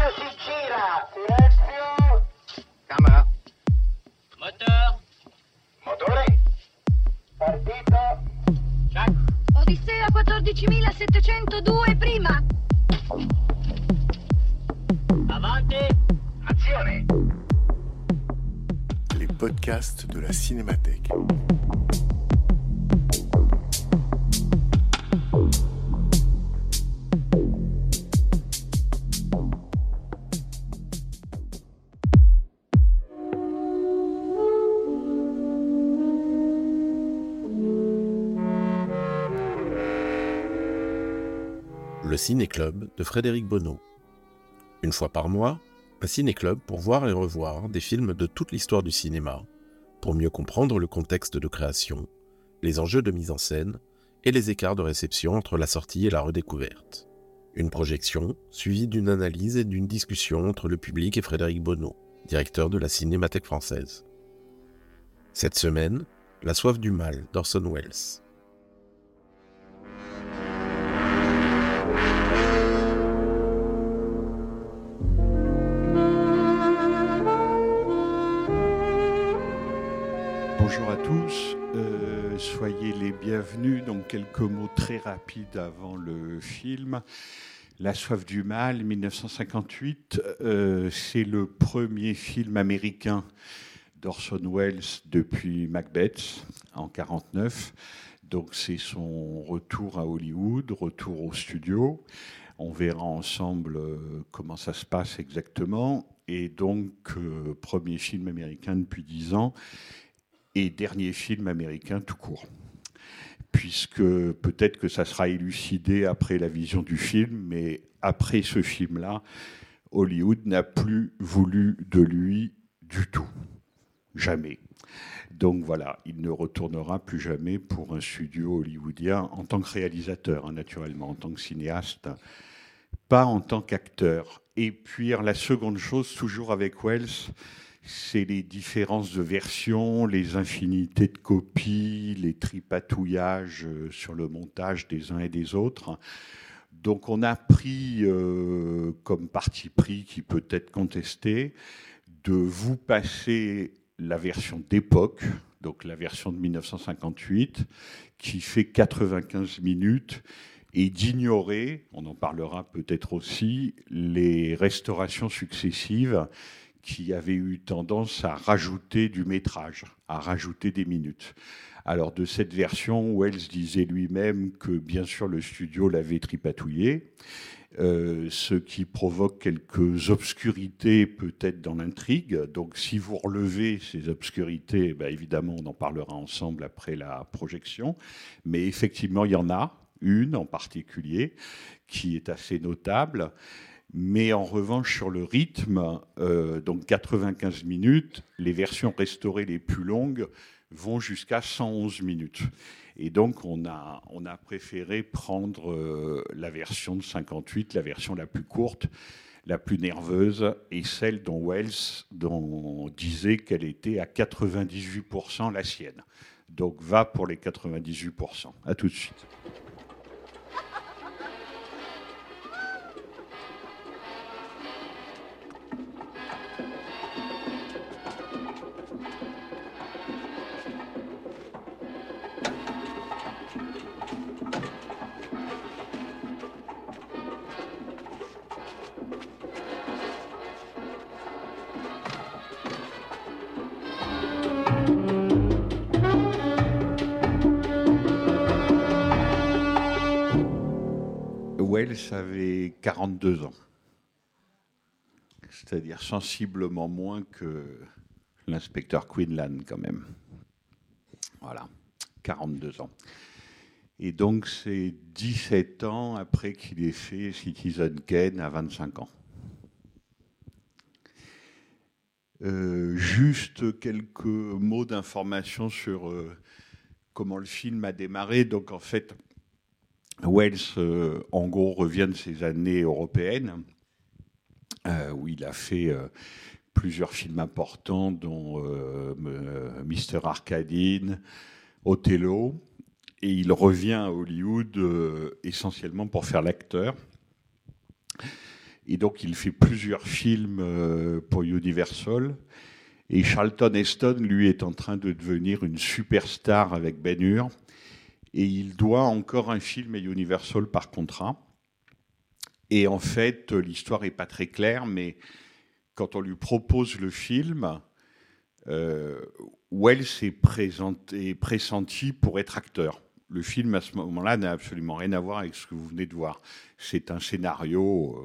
si gira. Silenzio. Camera. Moteur. Motore. Partito. Check. Odissea 14.702 prima. Avanti. Azione. Les podcasts de la Cinémathèque. Le Ciné-Club de Frédéric Bonneau. Une fois par mois, un ciné-club pour voir et revoir des films de toute l'histoire du cinéma, pour mieux comprendre le contexte de création, les enjeux de mise en scène et les écarts de réception entre la sortie et la redécouverte. Une projection suivie d'une analyse et d'une discussion entre le public et Frédéric Bonneau, directeur de la Cinémathèque française. Cette semaine, La soif du mal d'Orson Welles. Bonjour à tous, soyez les bienvenus. Donc quelques mots très rapides avant le film. La soif du mal, 1958, c'est le premier film américain d'Orson Welles depuis Macbeth en 1949. Donc c'est son retour à Hollywood, retour au studio. On verra ensemble comment ça se passe exactement. Et donc, premier film américain depuis 10 ans. Et dernier film américain tout court. Puisque peut-être que ça sera élucidé après la vision du film, mais après ce film-là, Hollywood n'a plus voulu de lui du tout. Jamais. Donc voilà, il ne retournera plus jamais pour un studio hollywoodien en tant que réalisateur, naturellement, en tant que cinéaste, pas en tant qu'acteur. Et puis la seconde chose, toujours avec Welles, c'est les différences de versions, les infinités de copies, les tripatouillages sur le montage des uns et des autres. Donc on a pris comme parti pris, qui peut être contesté, de vous passer la version d'époque, donc la version de 1958, qui fait 95 minutes, et d'ignorer, on en parlera peut-être aussi, les restaurations successives qui avait eu tendance à rajouter du métrage, à rajouter des minutes. Alors de cette version, Welles disait lui-même que bien sûr le studio l'avait tripatouillé, ce qui provoque quelques obscurités peut-être dans l'intrigue. Donc si vous relevez ces obscurités, évidemment on en parlera ensemble après la projection, mais effectivement il y en a une en particulier qui est assez notable. Mais en revanche, sur le rythme, donc 95 minutes, les versions restaurées les plus longues vont jusqu'à 111 minutes. Et donc, on a préféré prendre la version de 58, la version la plus courte, la plus nerveuse, et celle dont Welles disait qu'elle était à 98% la sienne. Donc, va pour les 98%. À tout de suite. Welles avait 42 ans, c'est-à-dire sensiblement moins que l'inspecteur Quinlan quand même. Voilà, 42 ans. Et donc c'est 17 ans après qu'il ait fait Citizen Kane à 25 ans. Juste quelques mots d'information sur comment le film a démarré. Donc en fait, Welles, en gros, revient de ses années européennes, où il a fait plusieurs films importants, dont Mr. Arkadine, Othello, et il revient à Hollywood essentiellement pour faire l'acteur. Et donc, il fait plusieurs films pour Universal. Et Charlton Heston, lui, est en train de devenir une superstar avec Ben-Hur. Et il doit encore un film à Universal par contrat. Et en fait, l'histoire n'est pas très claire, mais quand on lui propose le film, Wells est pressenti pour être acteur. Le film, à ce moment-là, n'a absolument rien à voir avec ce que vous venez de voir. C'est un scénario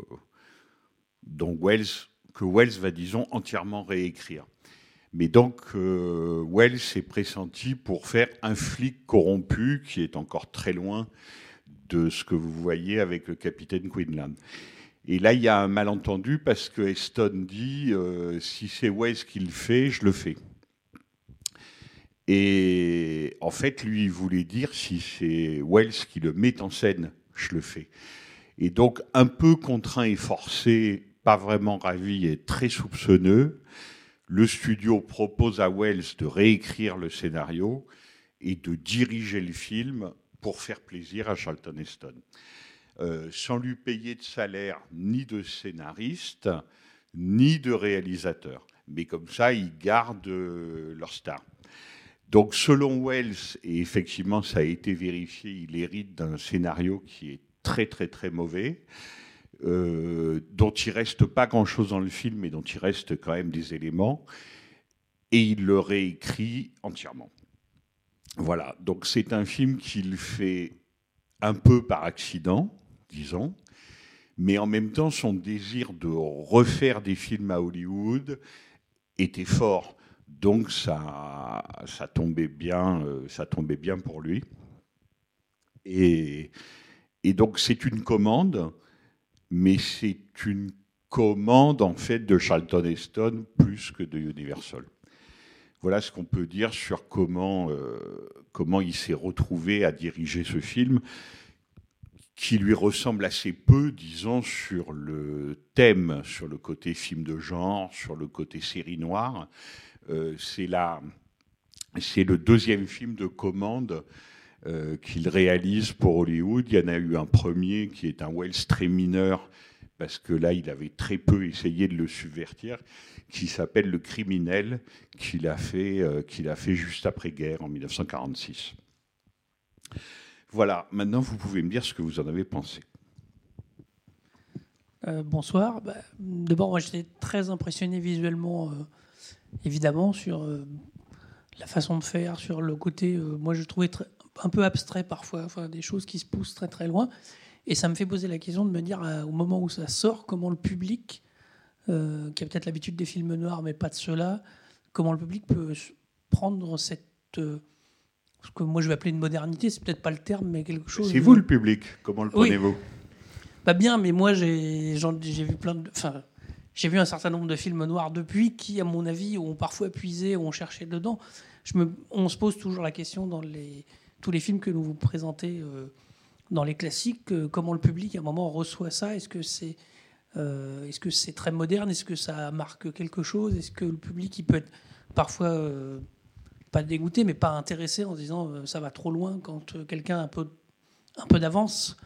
que Wells va, disons, entièrement réécrire. Mais donc, Wells est pressenti pour faire un flic corrompu qui est encore très loin de ce que vous voyez avec le capitaine Quinlan. Et là, il y a un malentendu parce que Heston dit si c'est Wells qui le fait, je le fais. Et en fait, lui, il voulait dire si c'est Wells qui le met en scène, je le fais. Et donc, un peu contraint et forcé, pas vraiment ravi et très soupçonneux, le studio propose à Wells de réécrire le scénario et de diriger le film pour faire plaisir à Charlton Heston. Sans lui payer de salaire ni de scénariste, ni de réalisateur. Mais comme ça, ils gardent leur star. Donc, selon Wells, et effectivement, ça a été vérifié, il hérite d'un scénario qui est très, très, très mauvais, dont il ne reste pas grand-chose dans le film, mais dont il reste quand même des éléments, et il le réécrit entièrement. Voilà, donc c'est un film qu'il fait un peu par accident, disons, mais en même temps, son désir de refaire des films à Hollywood était fort. Donc ça tombait bien pour lui. Et donc c'est une commande, mais c'est une commande en fait de Charlton Heston plus que de Universal. Voilà ce qu'on peut dire sur comment il s'est retrouvé à diriger ce film, qui lui ressemble assez peu, disons, sur le thème, sur le côté film de genre, sur le côté série noire. C'est le deuxième film de commande qu'il réalise pour Hollywood. Il y en a eu un premier qui est un Wells très mineur, parce que là, il avait très peu essayé de le subvertir, qui s'appelle Le Criminel, qu'il a fait juste après-guerre, en 1946. Voilà, maintenant, vous pouvez me dire ce que vous en avez pensé. Bonsoir. D'abord, moi, j'étais très impressionné visuellement, évidemment, sur la façon de faire, sur le côté, moi, je trouvais un peu abstrait parfois, enfin, des choses qui se poussent très, très loin. Et ça me fait poser la question de me dire, au moment où ça sort, comment le public, qui a peut-être l'habitude des films noirs, mais pas de ceux-là, comment le public peut prendre cette... ce que moi je vais appeler une modernité, c'est peut-être pas le terme, mais quelque chose... C'est vous le public, comment le prenez-vous ? Pas bien, mais moi j'ai vu j'ai vu un certain nombre de films noirs depuis qui, à mon avis, ont parfois puisé, ont cherché dedans. On se pose toujours la question dans tous les films que nous vous présentez dans les classiques, comment le public à un moment reçoit ça. Est-ce que c'est très moderne ? Est-ce que ça marque quelque chose ? Est-ce que le public il peut être parfois pas dégoûté, mais pas intéressé en se disant ça va trop loin quand quelqu'un a un peu d'avance.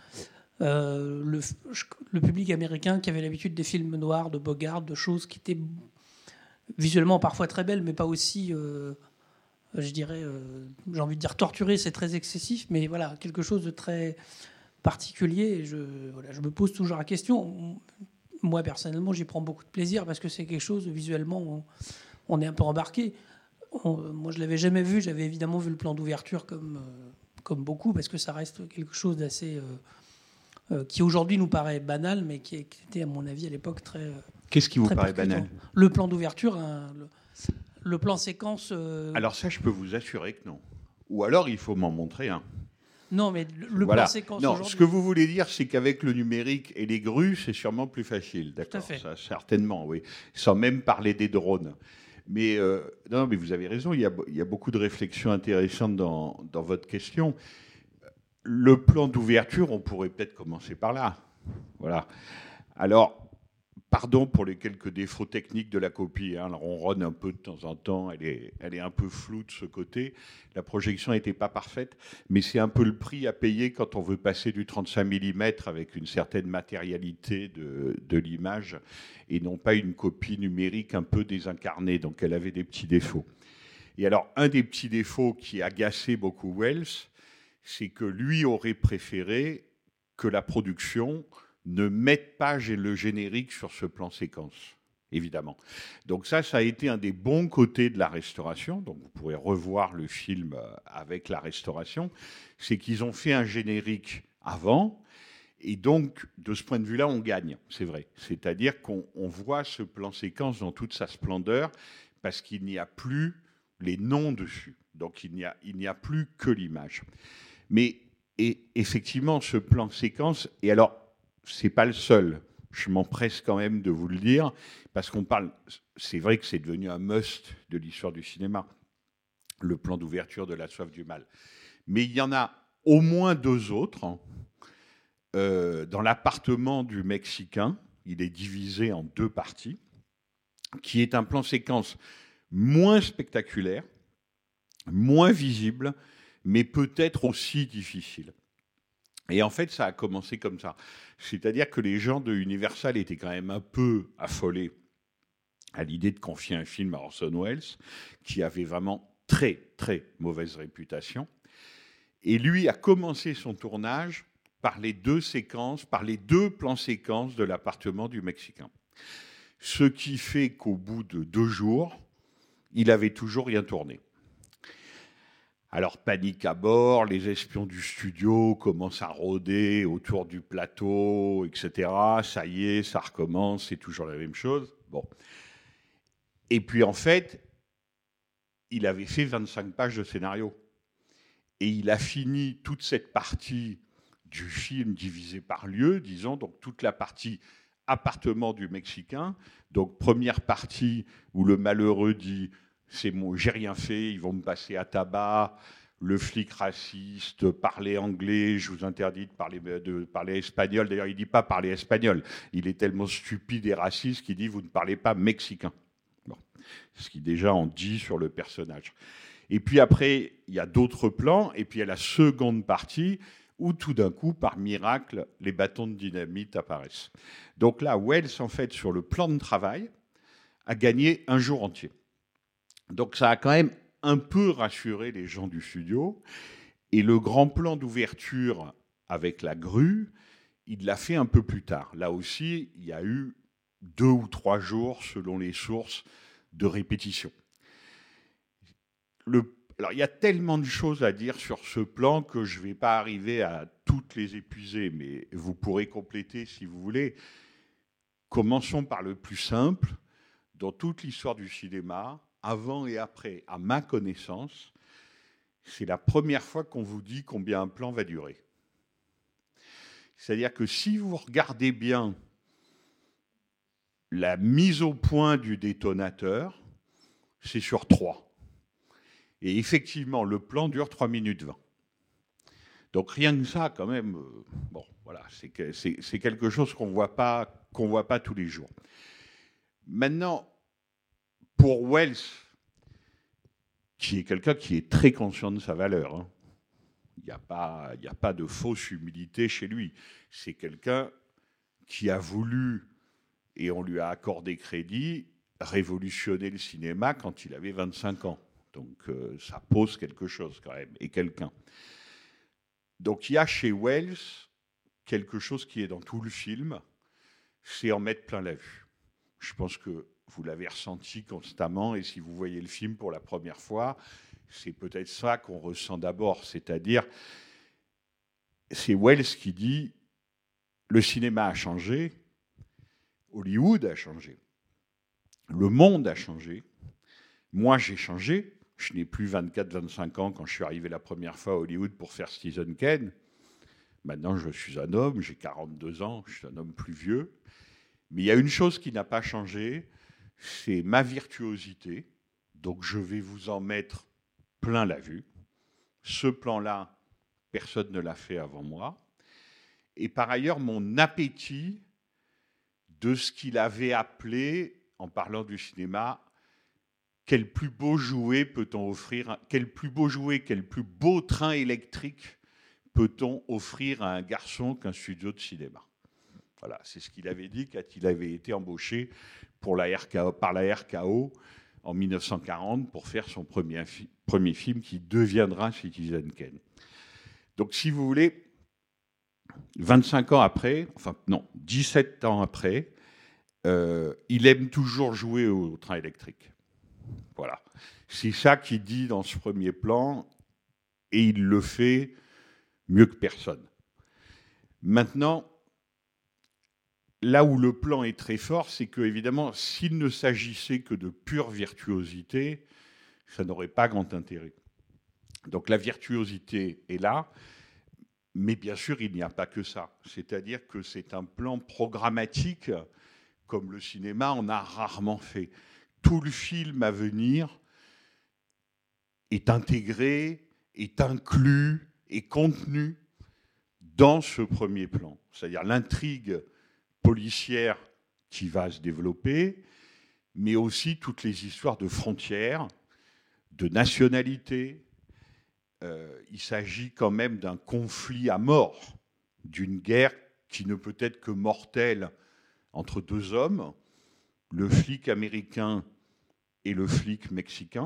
Le public américain qui avait l'habitude des films noirs, de Bogart, de choses qui étaient visuellement parfois très belles, mais pas aussi, je dirais, j'ai envie de dire torturées, c'est très excessif, mais voilà, quelque chose de très particulier. Et je me pose toujours la question. Moi, personnellement, j'y prends beaucoup de plaisir parce que c'est quelque chose, visuellement, on est un peu embarqué. Moi, je ne l'avais jamais vu. J'avais évidemment vu le plan d'ouverture comme beaucoup, parce que ça reste quelque chose d'assez... qui aujourd'hui nous paraît banal, mais qui était, à mon avis, à l'époque très... Qu'est-ce qui vous paraît banal ? Le plan d'ouverture, le plan séquence... Alors ça, je peux vous assurer que non. Ou alors, il faut m'en montrer un. Non, mais le plan séquence non, aujourd'hui... Ce que vous voulez dire, c'est qu'avec le numérique et les grues, c'est sûrement plus facile. D'accord. Tout à fait. Ça, certainement, oui. Sans même parler des drones. Mais non, mais vous avez raison, il y a beaucoup de réflexions intéressantes dans votre question. Le plan d'ouverture, on pourrait peut-être commencer par là. Voilà. Alors, Pardon pour les quelques défauts techniques de la copie. Hein. Elle ronronne un peu de temps en temps. Elle est un peu floue de ce côté. La projection n'était pas parfaite. Mais c'est un peu le prix à payer quand on veut passer du 35 mm avec une certaine matérialité de l'image et non pas une copie numérique un peu désincarnée. Donc elle avait des petits défauts. Et alors, un des petits défauts qui agaçait beaucoup Welles, c'est que lui aurait préféré que la production ne mette pas le générique sur ce plan séquence, évidemment. Donc ça a été un des bons côtés de la restauration. Donc vous pourrez revoir le film avec la restauration. C'est qu'ils ont fait un générique avant. Et donc, de ce point de vue-là, on gagne, c'est vrai. C'est-à-dire qu'on voit ce plan séquence dans toute sa splendeur parce qu'il n'y a plus les noms dessus. Donc il n'y a plus que l'image. Mais effectivement, ce plan séquence, et alors, c'est pas le seul. Je m'empresse quand même de vous le dire, parce qu'on parle. C'est vrai que c'est devenu un must de l'histoire du cinéma, le plan d'ouverture de La Soif du Mal. Mais il y en a au moins 2 autres. Dans l'appartement du Mexicain, il est divisé en 2 parties, qui est un plan séquence moins spectaculaire, moins visible, mais peut-être aussi difficile. Et en fait, ça a commencé comme ça. C'est-à-dire que les gens de Universal étaient quand même un peu affolés à l'idée de confier un film à Orson Welles, qui avait vraiment très, très mauvaise réputation. Et lui a commencé son tournage par les 2 plans séquences de l'appartement du Mexicain. Ce qui fait qu'au bout de 2 jours, il avait toujours rien tourné. Alors, panique à bord, les espions du studio commencent à rôder autour du plateau, etc. Ça y est, ça recommence, c'est toujours la même chose. Bon. Et puis, en fait, il avait fait 25 pages de scénario. Et il a fini toute cette partie du film divisée par lieu, disons, donc toute la partie appartement du Mexicain. Donc, première partie où le malheureux dit... C'est moi, j'ai rien fait, ils vont me passer à tabac, le flic raciste, parler anglais, je vous interdis de parler espagnol. D'ailleurs, il ne dit pas parler espagnol. Il est tellement stupide et raciste qu'il dit vous ne parlez pas mexicain. Bon. Ce qui déjà en dit sur le personnage. Et puis après, il y a d'autres plans, et puis il y a la seconde partie où tout d'un coup, par miracle, les bâtons de dynamite apparaissent. Donc là, Welles, en fait, sur le plan de travail, a gagné un jour entier. Donc ça a quand même un peu rassuré les gens du studio. Et le grand plan d'ouverture avec la grue, il l'a fait un peu plus tard. Là aussi, il y a eu 2 ou 3 jours, selon les sources, de répétition. Alors il y a tellement de choses à dire sur ce plan que je ne vais pas arriver à toutes les épuiser, mais vous pourrez compléter si vous voulez. Commençons par le plus simple. Dans toute l'histoire du cinéma, avant et après, à ma connaissance, c'est la première fois qu'on vous dit combien un plan va durer. C'est-à-dire que si vous regardez bien la mise au point du détonateur, c'est sur 3. Et effectivement, le plan dure 3 minutes 20. Donc rien que ça, quand même, bon, voilà, c'est quelque chose qu'on voit pas tous les jours. Maintenant, pour Welles, qui est quelqu'un qui est très conscient de sa valeur, hein. Il n'y a pas de fausse humilité chez lui. C'est quelqu'un qui a voulu, et on lui a accordé crédit, révolutionner le cinéma quand il avait 25 ans. Donc ça pose quelque chose quand même, et quelqu'un. Donc il y a chez Welles quelque chose qui est dans tout le film, c'est en mettre plein la vue. Je pense que vous l'avez ressenti constamment, et si vous voyez le film pour la première fois, c'est peut-être ça qu'on ressent d'abord, c'est-à-dire, c'est Welles qui dit « Le cinéma a changé, Hollywood a changé, le monde a changé, moi j'ai changé, je n'ai plus 24-25 ans quand je suis arrivé la première fois à Hollywood pour faire Citizen Kane. Maintenant, je suis un homme, j'ai 42 ans, je suis un homme plus vieux. Mais il y a une chose qui n'a pas changé, c'est ma virtuosité. Donc, je vais vous en mettre plein la vue. Ce plan-là, personne ne l'a fait avant moi. Et par ailleurs, mon appétit de ce qu'il avait appelé, en parlant du cinéma, quel plus beau jouet peut-on offrir, quel plus beau jouet, quel plus beau train électrique peut-on offrir à un garçon qu'un studio de cinéma. Voilà, c'est ce qu'il avait dit quand il avait été embauché par la RKO en 1940 pour faire son premier film qui deviendra Citizen Kane. Donc, si vous voulez, 25 ans après, enfin non, 17 ans après, il aime toujours jouer au train électrique. Voilà. C'est ça qu'il dit dans ce premier plan, et il le fait mieux que personne. Maintenant, là où le plan est très fort, c'est que, évidemment, s'il ne s'agissait que de pure virtuosité, ça n'aurait pas grand intérêt. Donc la virtuosité est là, mais bien sûr, il n'y a pas que ça. C'est-à-dire que c'est un plan programmatique, comme le cinéma en a rarement fait. Tout le film à venir est intégré, est inclus, est contenu dans ce premier plan. C'est-à-dire l'intrigue policière qui va se développer, mais aussi toutes les histoires de frontières, de nationalité. Il s'agit quand même d'un conflit à mort, d'une guerre qui ne peut être que mortelle entre deux hommes, le flic américain et le flic mexicain,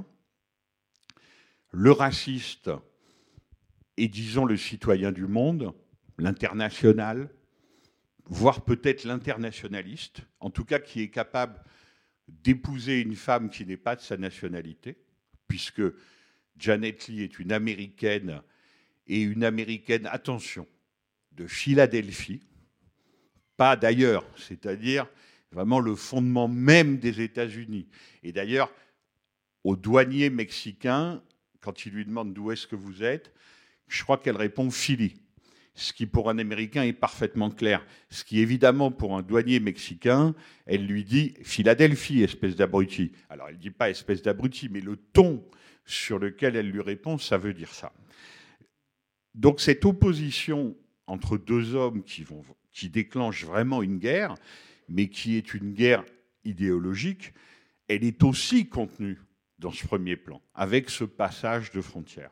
le raciste et, disons, le citoyen du monde, l'international, voire peut-être l'internationaliste, en tout cas qui est capable d'épouser une femme qui n'est pas de sa nationalité, puisque Janet Leigh est une Américaine, et une Américaine, attention, de Philadelphie, pas d'ailleurs, c'est-à-dire vraiment le fondement même des États-Unis. Et d'ailleurs, au douanier mexicain, quand il lui demande d'où est-ce que vous êtes, je crois qu'elle répond Philly. Ce qui pour un Américain est parfaitement clair. Ce qui évidemment pour un douanier mexicain, elle lui dit Philadelphie, espèce d'abruti. Alors elle ne dit pas espèce d'abruti, mais le ton sur lequel elle lui répond, ça veut dire ça. Donc cette opposition entre deux hommes qui déclenche vraiment une guerre, mais qui est une guerre idéologique, elle est aussi contenue dans ce premier plan, avec ce passage de frontière.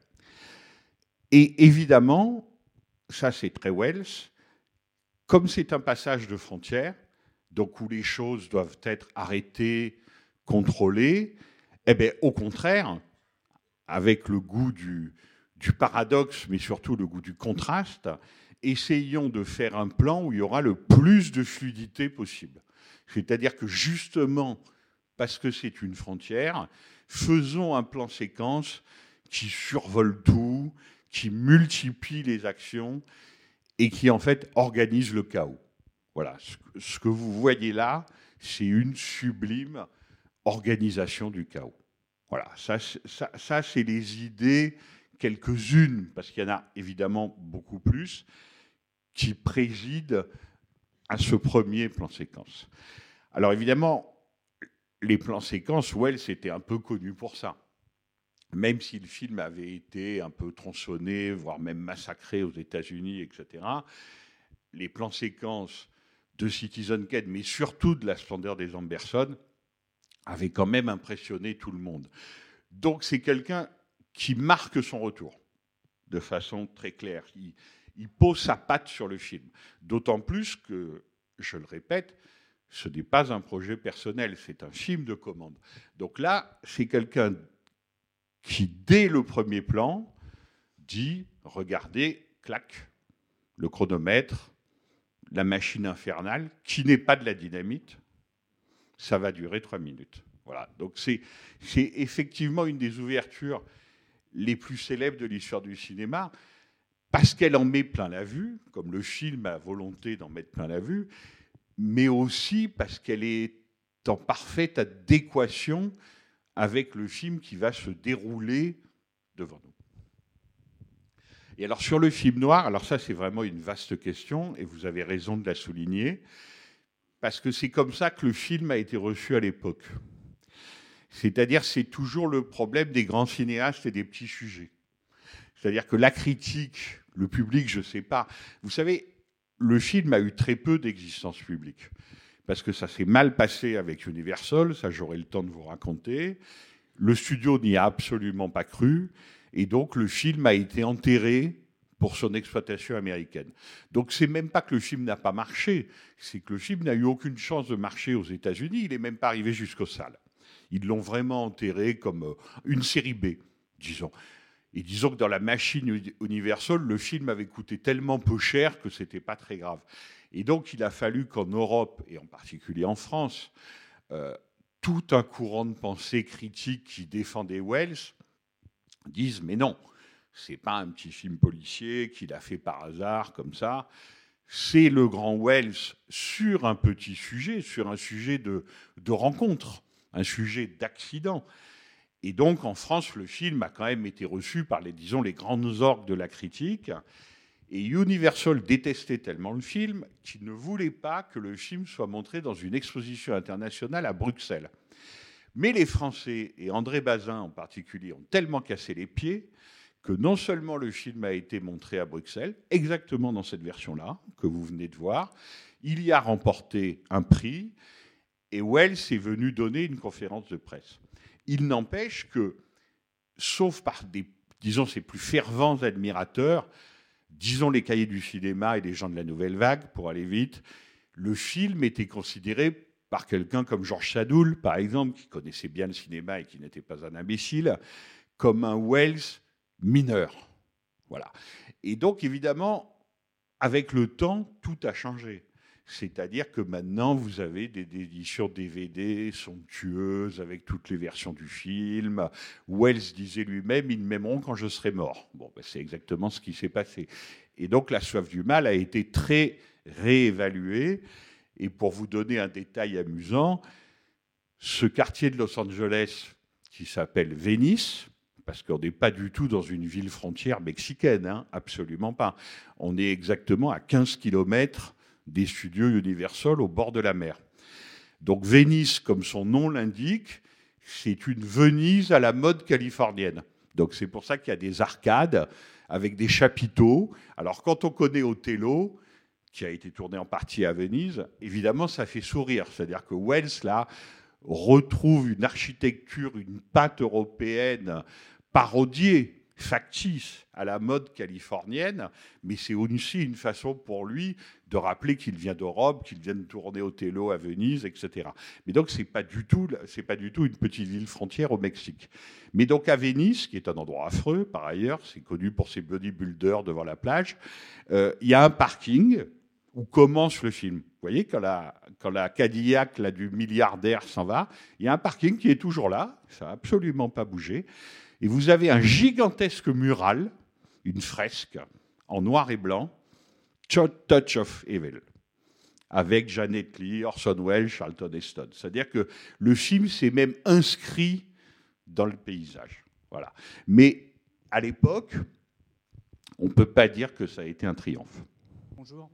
Et évidemment, ça c'est très Wells, comme c'est un passage de frontière, donc où les choses doivent être arrêtées, contrôlées, eh bien, au contraire, avec le goût du paradoxe, mais surtout le goût du contraste, essayons de faire un plan où il y aura le plus de fluidité possible. C'est-à-dire que justement, parce que c'est une frontière, faisons un plan séquence qui survole tout, qui multiplie les actions et qui en fait organise le chaos. Voilà, ce que vous voyez là, c'est une sublime organisation du chaos. Voilà, ça c'est les idées, quelques-unes, parce qu'il y en a évidemment beaucoup plus, qui président à ce premier plan séquence. Alors évidemment, les plans séquences, Wells était un peu connu pour ça. Même si le film avait été un peu tronçonné, voire même massacré aux États-Unis, etc., les plans séquences de Citizen Kane, mais surtout de La Splendeur des Amberson, avaient quand même impressionné tout le monde. Donc c'est quelqu'un qui marque son retour de façon très claire. Il pose sa patte sur le film. D'autant plus que, je le répète, ce n'est pas un projet personnel, c'est un film de commande. Donc là, c'est quelqu'un qui, dès le premier plan, dit « Regardez, clac, le chronomètre, la machine infernale, qui n'est pas de la dynamite, ça va durer 3 minutes. » Voilà. Donc c'est effectivement une des ouvertures les plus célèbres de l'histoire du cinéma, parce qu'elle en met plein la vue, comme le film a volonté d'en mettre plein la vue, mais aussi parce qu'elle est en parfaite adéquation avec le film qui va se dérouler devant nous. Et alors sur le film noir, alors ça c'est vraiment une vaste question, et vous avez raison de la souligner, parce que c'est comme ça que le film a été reçu à l'époque. C'est-à-dire c'est toujours le problème des grands cinéastes et des petits sujets. C'est-à-dire que la critique, le public, je ne sais pas. Vous savez, le film a eu très peu d'existence publique. parce que ça s'est mal passé avec Universal, ça j'aurai le temps de vous raconter. Le studio n'y a absolument pas cru, et donc le film a été enterré pour son exploitation américaine. Donc c'est même pas que le film n'a pas marché, c'est que le film n'a eu aucune chance de marcher aux États-Unis, il n'est même pas arrivé jusqu'aux salles. Ils l'ont vraiment enterré comme une série B, disons. Et disons que dans la machine Universal, le film avait coûté tellement peu cher que c'était pas très grave. Et donc il a fallu qu'en Europe, et en particulier en France, tout un courant de pensée critique qui défendait Wells disent mais non, c'est pas un petit film policier qu'il a fait par hasard comme ça, c'est le grand Wells sur un petit sujet, sur un sujet de rencontre, un sujet d'accident. Et donc en France, le film a quand même été reçu par les grandes orgues de la critique. Et Universal détestait tellement le film qu'il ne voulait pas que le film soit montré dans une exposition internationale à Bruxelles. Mais les Français, et André Bazin en particulier, ont tellement cassé les pieds que non seulement le film a été montré à Bruxelles, exactement dans cette version-là que vous venez de voir, il y a remporté un prix et Wells est venu donner une conférence de presse. Il n'empêche que, sauf par ses plus fervents admirateurs, disons les cahiers du cinéma et les gens de la Nouvelle Vague, pour aller vite, le film était considéré par quelqu'un comme Georges Sadoul, par exemple, qui connaissait bien le cinéma et qui n'était pas un imbécile, comme un Wells mineur. Voilà. Et donc, évidemment, avec le temps, tout a changé. C'est-à-dire que maintenant, vous avez des éditions DVD somptueuses avec toutes les versions du film. Wells disait lui-même « Ils m'aimeront quand je serai mort ». Bon, ben, c'est exactement ce qui s'est passé. Et donc, La Soif du mal a été très réévaluée. Et pour vous donner un détail amusant, ce quartier de Los Angeles qui s'appelle Venice, parce qu'on n'est pas du tout dans une ville frontière mexicaine, hein, absolument pas. On est exactement à 15 kilomètres des studios Universal au bord de la mer. Donc Venice, comme son nom l'indique, c'est une Venise à la mode californienne. Donc c'est pour ça qu'il y a des arcades avec des chapiteaux. Alors quand on connaît Othello, qui a été tourné en partie à Venise, évidemment ça fait sourire. C'est-à-dire que Wells, là, retrouve une architecture, une patte européenne parodiée, factice à la mode californienne, mais c'est aussi une façon pour lui de rappeler qu'il vient d'Europe, qu'il vient de tourner Othello à Venise, etc. Mais donc c'est pas du tout une petite ville frontière au Mexique. Mais donc à Venise, qui est un endroit affreux par ailleurs, c'est connu pour ses bodybuilders devant la plage, il y a un parking où commence le film. Vous voyez, quand la Cadillac là, du milliardaire s'en va, il y a un parking qui est toujours là, ça n'a absolument pas bougé. Et vous avez un gigantesque mural, une fresque, en noir et blanc, Touch of Evil, avec Janet Leigh, Orson Welles, Charlton Heston. C'est-à-dire que le film s'est même inscrit dans le paysage. Voilà. Mais à l'époque, on ne peut pas dire que ça a été un triomphe. Bonjour.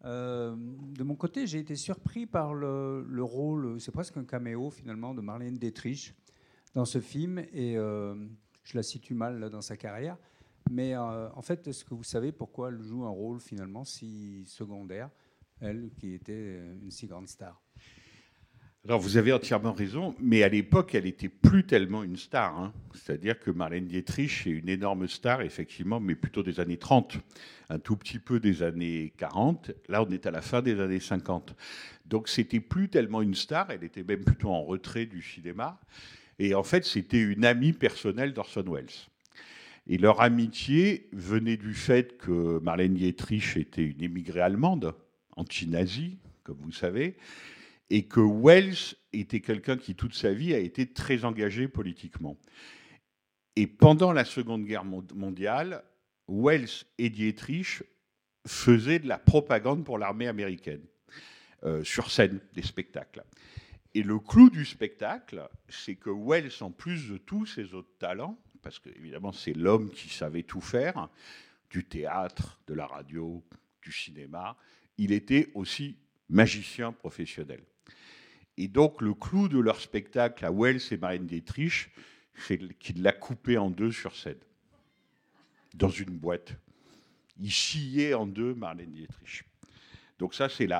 De mon côté, j'ai été surpris par le rôle, c'est presque un caméo finalement, de Marlène Dietrich dans ce film. Et je la situe mal là, dans sa carrière. Mais en fait, est-ce que vous savez pourquoi elle joue un rôle finalement si secondaire, elle qui était une si grande star? Alors, vous avez entièrement raison, mais à l'époque, elle n'était plus tellement une star. Hein. C'est-à-dire que Marlène Dietrich est une énorme star, effectivement, mais plutôt des années 30, un tout petit peu des années 40. Là, on est à la fin des années 50. Donc, c'était plus tellement une star, elle était même plutôt en retrait du cinéma. Et en fait, c'était une amie personnelle d'Orson Welles. Et leur amitié venait du fait que Marlène Dietrich était une émigrée allemande, anti-nazie, comme vous savez, et que Welles était quelqu'un qui, toute sa vie, a été très engagé politiquement. Et pendant la Seconde Guerre mondiale, Welles et Dietrich faisaient de la propagande pour l'armée américaine, sur scène, des spectacles. Et le clou du spectacle, c'est que Welles, en plus de tous ses autres talents, parce qu'évidemment, c'est l'homme qui savait tout faire, du théâtre, de la radio, du cinéma, il était aussi magicien professionnel. Et donc, le clou de leur spectacle à Welles et Marlène Dietrich, c'est qu'il l'a coupé en deux sur scène, dans une boîte. Il sciait en deux Marlène Dietrich. Donc ça, c'est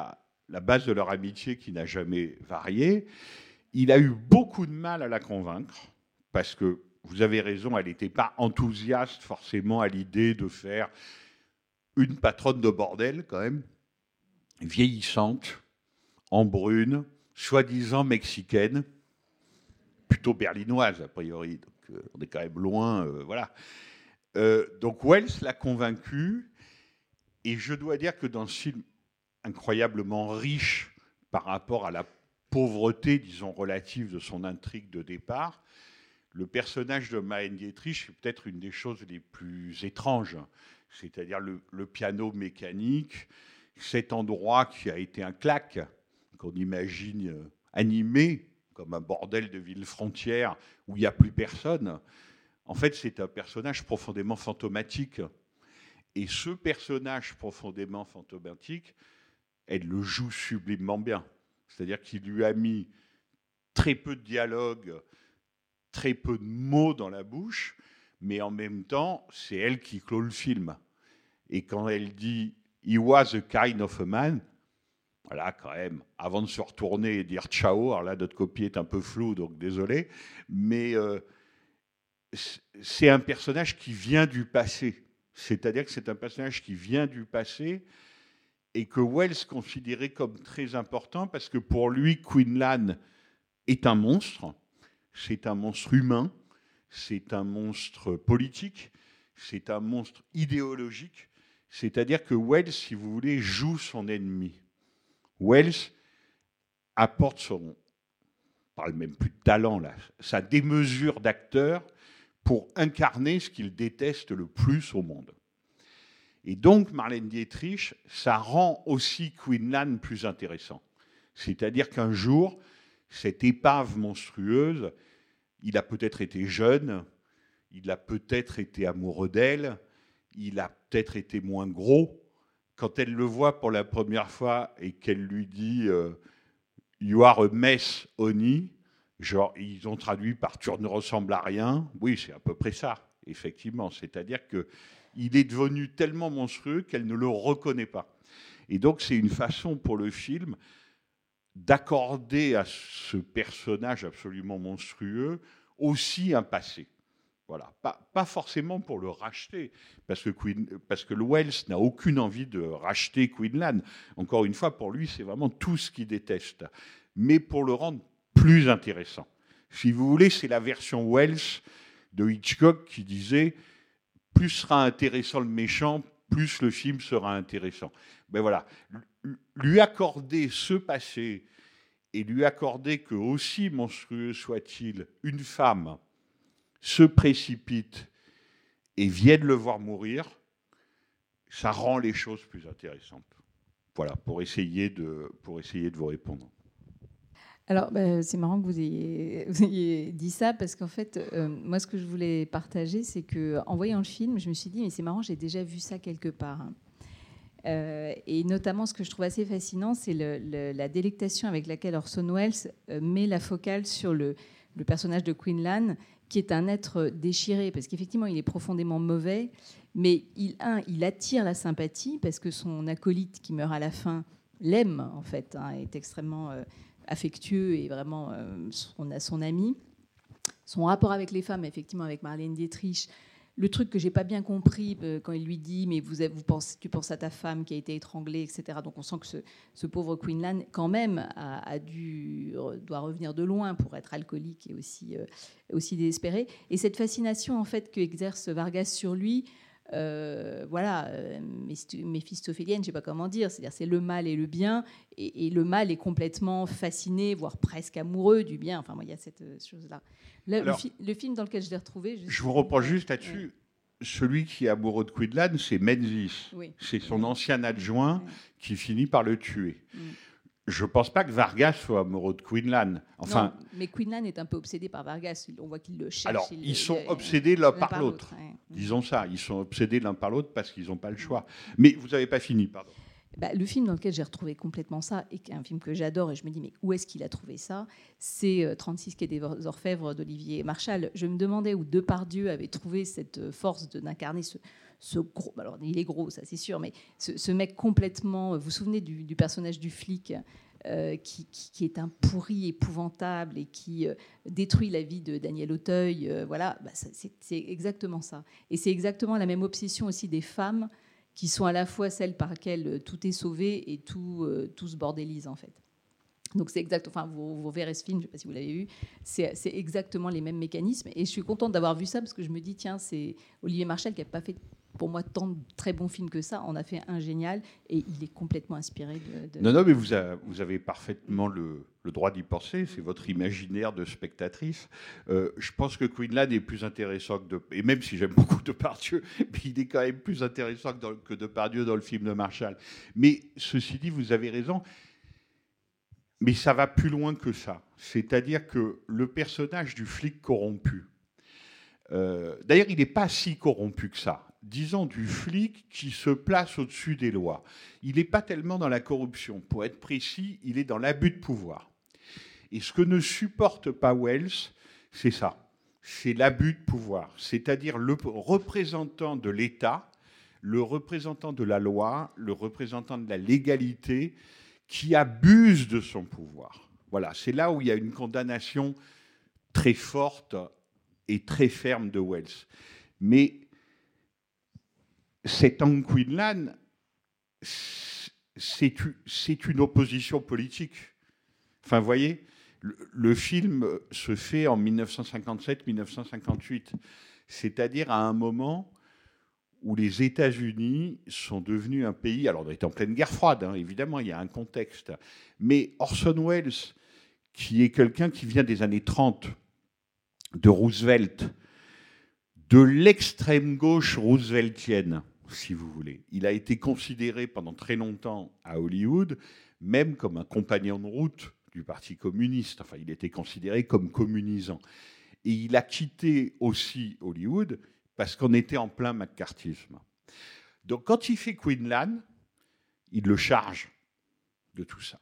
la base de leur amitié qui n'a jamais varié. Il a eu beaucoup de mal à la convaincre, parce que, vous avez raison, elle n'était pas enthousiaste forcément à l'idée de faire une patronne de bordel, quand même, vieillissante, en brune, soi-disant mexicaine, plutôt berlinoise, a priori. Donc, on est quand même loin, voilà. Donc, Welles l'a convaincue, et je dois dire que dans ce film incroyablement riche par rapport à la pauvreté, disons, relative de son intrigue de départ, le personnage de Marlène Dietrich est peut-être une des choses les plus étranges, c'est-à-dire le piano mécanique, cet endroit qui a été un claque, qu'on imagine animé, comme un bordel de ville frontière où il n'y a plus personne. En fait, c'est un personnage profondément fantomatique. Et ce personnage profondément fantomatique, elle le joue sublimement bien. C'est-à-dire qu'il lui a mis très peu de dialogue, très peu de mots dans la bouche, mais en même temps, c'est elle qui clôt le film. Et quand elle dit « He was a kind of a man », voilà, quand même, avant de se retourner et dire « ciao », alors là, notre copie est un peu floue, donc désolé, mais c'est un personnage qui vient du passé. C'est-à-dire que c'est un personnage qui vient du passé et que Welles considérait comme très important parce que pour lui, Quinlan est un monstre. C'est un monstre humain, c'est un monstre politique, c'est un monstre idéologique. C'est-à-dire que Welles, si vous voulez, joue son ennemi. Welles apporte son, on parle même plus de talent là, sa démesure d'acteur pour incarner ce qu'il déteste le plus au monde. Et donc, Marlène Dietrich, ça rend aussi Quinlan plus intéressant. C'est-à-dire qu'un jour, cette épave monstrueuse, il a peut-être été jeune, il a peut-être été amoureux d'elle, il a peut-être été moins gros. Quand elle le voit pour la première fois et qu'elle lui dit « You are a mess, honey », genre, ils ont traduit par « tu ne ressembles à rien ». Oui, c'est à peu près ça, effectivement. C'est-à-dire qu'il est devenu tellement monstrueux qu'elle ne le reconnaît pas. Et donc, c'est une façon pour le film d'accorder à ce personnage absolument monstrueux aussi un passé. Voilà. Pas forcément pour le racheter, parce que le Welles n'a aucune envie de racheter Quinlan. Encore une fois, pour lui, c'est vraiment tout ce qu'il déteste. Mais pour le rendre plus intéressant. Si vous voulez, c'est la version Welles de Hitchcock qui disait « plus sera intéressant le méchant, plus le film sera intéressant ». Ben voilà. Lui accorder ce passé et lui accorder que, aussi monstrueux soit-il, une femme se précipite et vienne le voir mourir, ça rend les choses plus intéressantes. Voilà, pour essayer de vous répondre. Alors, c'est marrant que vous ayez dit ça, parce qu'en fait, moi, ce que je voulais partager, c'est qu'en voyant le film, je me suis dit, mais c'est marrant, j'ai déjà vu ça quelque part. Et notamment, ce que je trouve assez fascinant, c'est la délectation avec laquelle Orson Welles met la focale sur le personnage de Quinlan, qui est un être déchiré, parce qu'effectivement, il est profondément mauvais, mais il attire la sympathie, parce que son acolyte qui meurt à la fin l'aime, en fait, est extrêmement affectueux et vraiment son ami. Son rapport avec les femmes, effectivement, avec Marlène Dietrich, le truc que j'ai pas bien compris quand il lui dit « mais tu penses à ta femme qui a été étranglée, etc. » Donc on sent que ce pauvre Quinlan, quand même, doit revenir de loin pour être alcoolique et aussi désespéré. Et cette fascination, en fait, qu'exerce Vargas sur lui, méphistophélienne, je ne sais pas comment dire, c'est-à-dire c'est le mal et le bien, et le mal est complètement fasciné, voire presque amoureux du bien. Enfin, moi, il y a cette chose-là. Alors, le film dans lequel je l'ai retrouvé... Je vous reprends juste là-dessus. Celui qui est amoureux de Quinlan, c'est Menzies. Oui. C'est son ancien adjoint qui finit par le tuer. Je ne pense pas que Vargas soit amoureux de Quinlan. Enfin, non, mais Quinlan est un peu obsédé par Vargas. On voit qu'il le cherche. Alors, ils sont obsédés l'un par l'autre. Ouais. Disons ça. Ils sont obsédés l'un par l'autre parce qu'ils n'ont pas le choix. Mais vous n'avez pas fini, pardon. Le film dans lequel j'ai retrouvé complètement ça, et qui est un film que j'adore, et je me dis, mais où est-ce qu'il a trouvé ça ? C'est 36 quai des Orfèvres d'Olivier Marchal. Je me demandais où Depardieu avait trouvé cette force d'incarner ce gros, alors il est gros, ça c'est sûr, mais ce mec complètement, vous vous souvenez du personnage du flic qui est un pourri épouvantable et qui détruit la vie de Daniel Auteuil, voilà, c'est exactement ça. Et c'est exactement la même obsession aussi des femmes qui sont à la fois celles par lesquelles tout est sauvé et tout se bordélise en fait. Donc c'est exact. Enfin, vous verrez ce film, je ne sais pas si vous l'avez vu. C'est exactement les mêmes mécanismes. Et je suis contente d'avoir vu ça parce que je me dis, tiens, c'est Olivier Marchal qui n'a pas fait pour moi tant de très bons films que ça. On a fait un génial et il est complètement inspiré de... Non, mais vous avez parfaitement le droit d'y penser. C'est votre imaginaire de spectatrice. Je pense que Queenland est plus intéressant et même si j'aime beaucoup Depardieu, mais il est quand même plus intéressant que Depardieu dans le film de Marchal. Mais ceci dit, vous avez raison. Mais ça va plus loin que ça. C'est-à-dire que le personnage du flic corrompu, d'ailleurs, il n'est pas si corrompu que ça. Disons du flic qui se place au-dessus des lois. Il n'est pas tellement dans la corruption. Pour être précis, il est dans l'abus de pouvoir. Et ce que ne supporte pas Wells, c'est ça. C'est l'abus de pouvoir. C'est-à-dire le représentant de l'État, le représentant de la loi, le représentant de la légalité, qui abuse de son pouvoir. Voilà, c'est là où il y a une condamnation très forte et très ferme de Wells. Mais cet Hank Quinlan, c'est une opposition politique. Enfin, vous voyez, le film se fait en 1957-1958, c'est-à-dire à un moment où les États-Unis sont devenus un pays... Alors, on est en pleine guerre froide, hein, évidemment, il y a un contexte. Mais Orson Welles, qui est quelqu'un qui vient des années 30, de Roosevelt, de l'extrême gauche rooseveltienne, si vous voulez. Il a été considéré pendant très longtemps à Hollywood, même comme un compagnon de route du Parti communiste. Enfin, il était considéré comme communisant. Et il a quitté aussi Hollywood parce qu'on était en plein McCarthyisme. Donc quand il fait Queenland, il le charge de tout ça.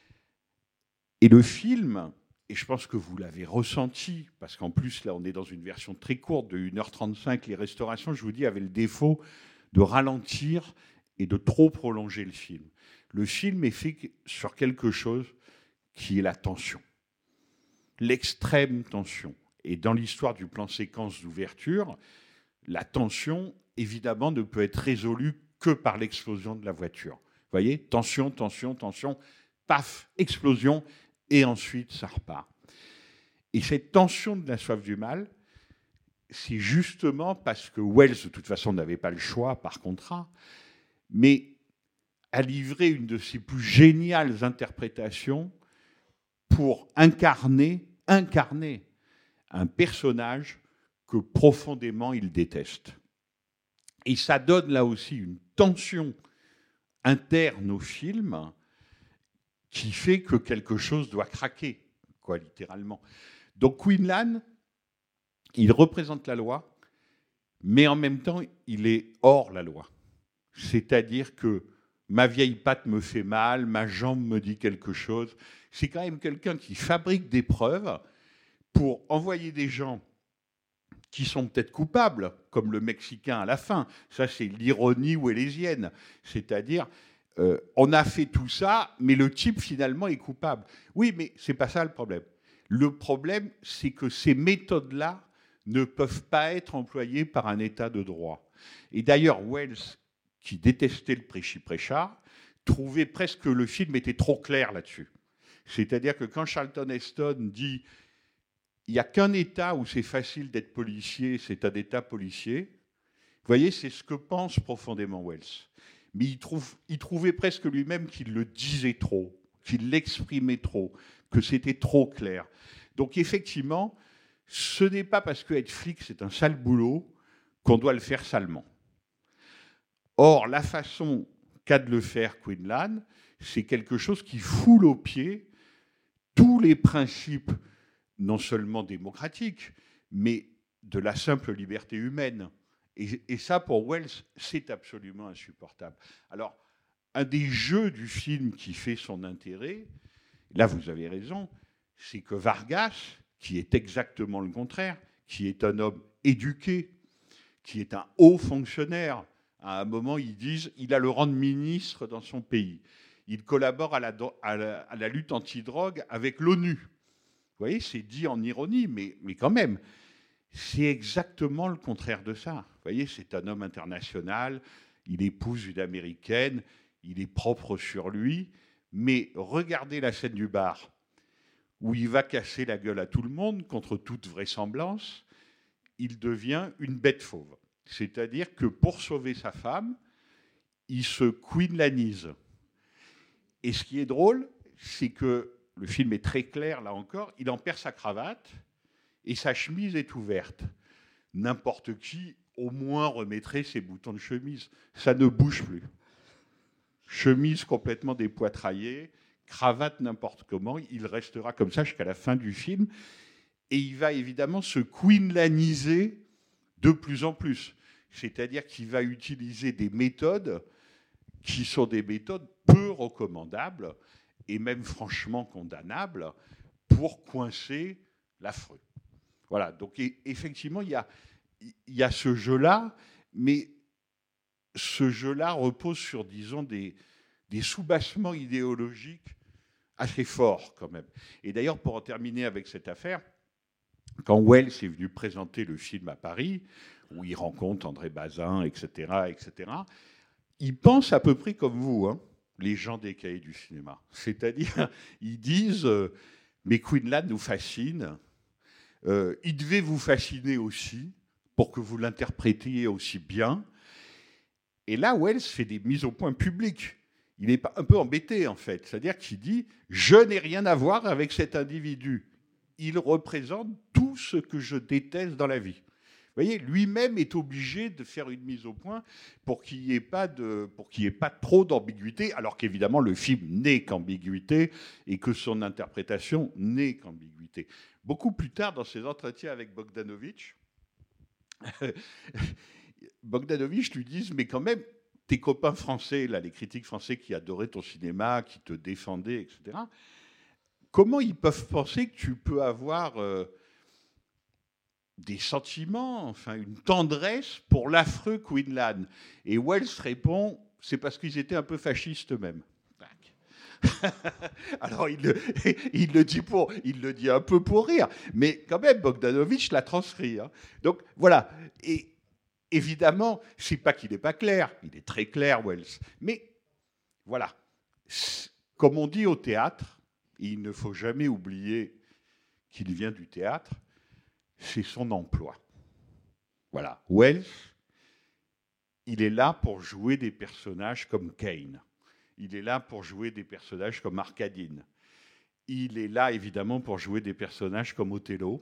Et le film, et je pense que vous l'avez ressenti, parce qu'en plus, là, on est dans une version très courte de 1h35, les restaurations, je vous dis, avaient le défaut de ralentir et de trop prolonger le film. Le film est fait sur quelque chose qui est la tension, l'extrême tension. Et dans l'histoire du plan séquence d'ouverture, la tension, évidemment, ne peut être résolue que par l'explosion de la voiture. Vous voyez, tension, tension, tension, paf, explosion, et ensuite ça repart. Et cette tension de la soif du mal, c'est justement parce que Wells, de toute façon, n'avait pas le choix par contrat, mais a livré une de ses plus géniales interprétations pour incarner un personnage que profondément il déteste. Et ça donne là aussi une tension interne au film qui fait que quelque chose doit craquer, quoi, littéralement. Donc Queenlan, il représente la loi, mais en même temps, il est hors la loi. C'est-à-dire que ma vieille patte me fait mal, ma jambe me dit quelque chose. C'est quand même quelqu'un qui fabrique des preuves pour envoyer des gens qui sont peut-être coupables, comme le Mexicain à la fin. Ça, c'est l'ironie wellesienne. C'est-à-dire, on a fait tout ça, mais le type, finalement, est coupable. Oui, mais ce n'est pas ça le problème. Le problème, c'est que ces méthodes-là ne peuvent pas être employées par un État de droit. Et d'ailleurs, Wells, qui détestait le Prêchi-Prêcha, trouvait presque que le film était trop clair là-dessus. C'est-à-dire que quand Charlton Heston dit il n'y a qu'un État où c'est facile d'être policier, c'est un État policier. Vous voyez, c'est ce que pense profondément Wells. Mais il trouvait presque lui-même qu'il le disait trop, qu'il l'exprimait trop, que c'était trop clair. Donc effectivement, ce n'est pas parce qu'être flic, c'est un sale boulot, qu'on doit le faire salement. Or, la façon qu'a de le faire Queenlan, c'est quelque chose qui foule aux pieds tous les principes non seulement démocratique, mais de la simple liberté humaine. Et ça, pour Wells, c'est absolument insupportable. Alors, un des jeux du film qui fait son intérêt, là vous avez raison, c'est que Vargas, qui est exactement le contraire, qui est un homme éduqué, qui est un haut fonctionnaire. À un moment, ils disent il a le rang de ministre dans son pays. Il collabore à la lutte anti-drogue avec l'ONU. Vous voyez, c'est dit en ironie, mais quand même, c'est exactement le contraire de ça. Vous voyez, c'est un homme international, il épouse une Américaine, il est propre sur lui, mais regardez la scène du bar, où il va casser la gueule à tout le monde, contre toute vraisemblance, il devient une bête fauve. C'est-à-dire que pour sauver sa femme, il se queenlanise. Et ce qui est drôle, c'est que le film est très clair, là encore, il en perd sa cravate et sa chemise est ouverte. N'importe qui, au moins, remettrait ses boutons de chemise. Ça ne bouge plus. Chemise complètement dépoitraillée, cravate n'importe comment, il restera comme ça jusqu'à la fin du film. Et il va évidemment se queenlaniser de plus en plus. C'est-à-dire qu'il va utiliser des méthodes qui sont des méthodes peu recommandables et même franchement condamnables pour coincer l'affreux. Voilà, donc effectivement, il y a ce jeu-là, mais ce jeu-là repose sur, disons, des soubassements idéologiques assez forts quand même. Et d'ailleurs, pour en terminer avec cette affaire, quand Wells est venu présenter le film à Paris, où il rencontre André Bazin, etc., il pense à peu près comme vous, hein, les gens des cahiers du cinéma. C'est-à-dire, ils disent mais Queenlan nous fascine, il devait vous fasciner aussi, pour que vous l'interprétiez aussi bien. Et là, Wells fait des mises au point publiques. Il est un peu embêté, en fait. C'est-à-dire qu'il dit « Je n'ai rien à voir avec cet individu. Il représente tout ce que je déteste dans la vie. » Vous voyez, lui-même est obligé de faire une mise au point pour qu'il n'y ait pas trop d'ambiguïté, alors qu'évidemment, le film n'est qu'ambiguïté et que son interprétation n'est qu'ambiguïté. Beaucoup plus tard, dans ses entretiens avec Bogdanovich, Bogdanovich lui dit « Mais quand même, tes copains français, là, les critiques français qui adoraient ton cinéma, qui te défendaient, etc., comment ils peuvent penser que tu peux avoir des sentiments, enfin une tendresse pour l'affreux Queenlan ?» Et Wells répond « C'est parce qu'ils étaient un peu fascistes eux-mêmes. » Alors il le dit un peu pour rire, mais quand même Bogdanovich l'a transcrit. Hein. Donc voilà. Et évidemment, c'est pas qu'il n'est pas clair, il est très clair, Wells. Mais voilà, comme on dit au théâtre, il ne faut jamais oublier qu'il vient du théâtre, c'est son emploi. Voilà, Wells, il est là pour jouer des personnages comme Kane. Il est là pour jouer des personnages comme Arkadine. Il est là, évidemment, pour jouer des personnages comme Othello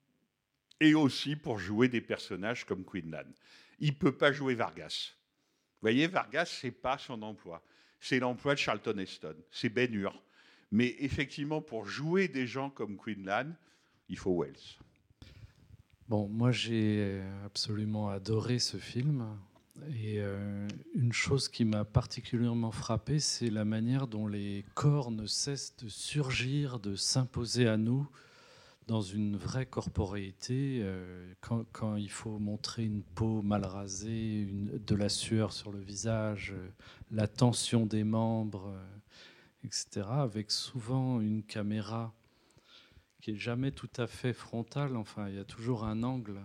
et aussi pour jouer des personnages comme Queenlan. Il ne peut pas jouer Vargas. Vous voyez, Vargas, ce n'est pas son emploi. C'est l'emploi de Charlton Heston. C'est Ben Hur. Mais effectivement, pour jouer des gens comme Queenlan, il faut Wells. Bon, moi, j'ai absolument adoré ce film. Et une chose qui m'a particulièrement frappé, c'est la manière dont les corps ne cessent de surgir, de s'imposer à nous dans une vraie corporéité. Quand il faut montrer une peau mal rasée, de la sueur sur le visage, la tension des membres, etc., avec souvent une caméra qui n'est jamais tout à fait frontale. Enfin, il y a toujours un angle.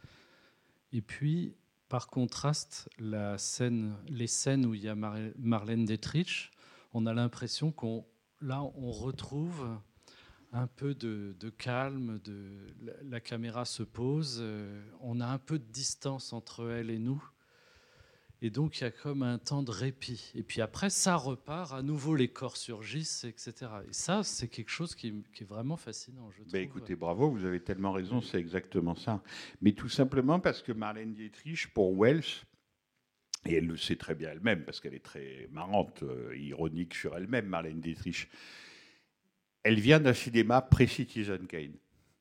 Et puis, par contraste, les scènes où il y a Marlène Dietrich, on a l'impression qu'on retrouve un peu de calme, la caméra se pose, on a un peu de distance entre elle et nous, et donc il y a comme un temps de répit. Et puis après, ça repart, à nouveau les corps surgissent, etc. Et ça, c'est quelque chose qui est vraiment fascinant, je trouve. Écoutez, bravo, vous avez tellement raison, c'est exactement ça. Mais tout simplement parce que Marlène Dietrich, pour Wells, et elle le sait très bien elle-même, parce qu'elle est très marrante, ironique sur elle-même, Marlène Dietrich, elle vient d'un cinéma pré-Citizen Kane.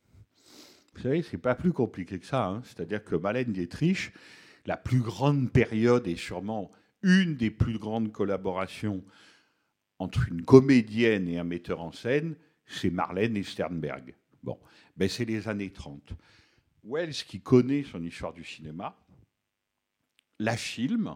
Vous savez, c'est pas plus compliqué que ça. Hein. C'est-à-dire que Marlène Dietrich, la plus grande période et sûrement une des plus grandes collaborations entre une comédienne et un metteur en scène, c'est Marlène et Sternberg. Bon, c'est les années 30. Wells, qui connaît son histoire du cinéma, la filme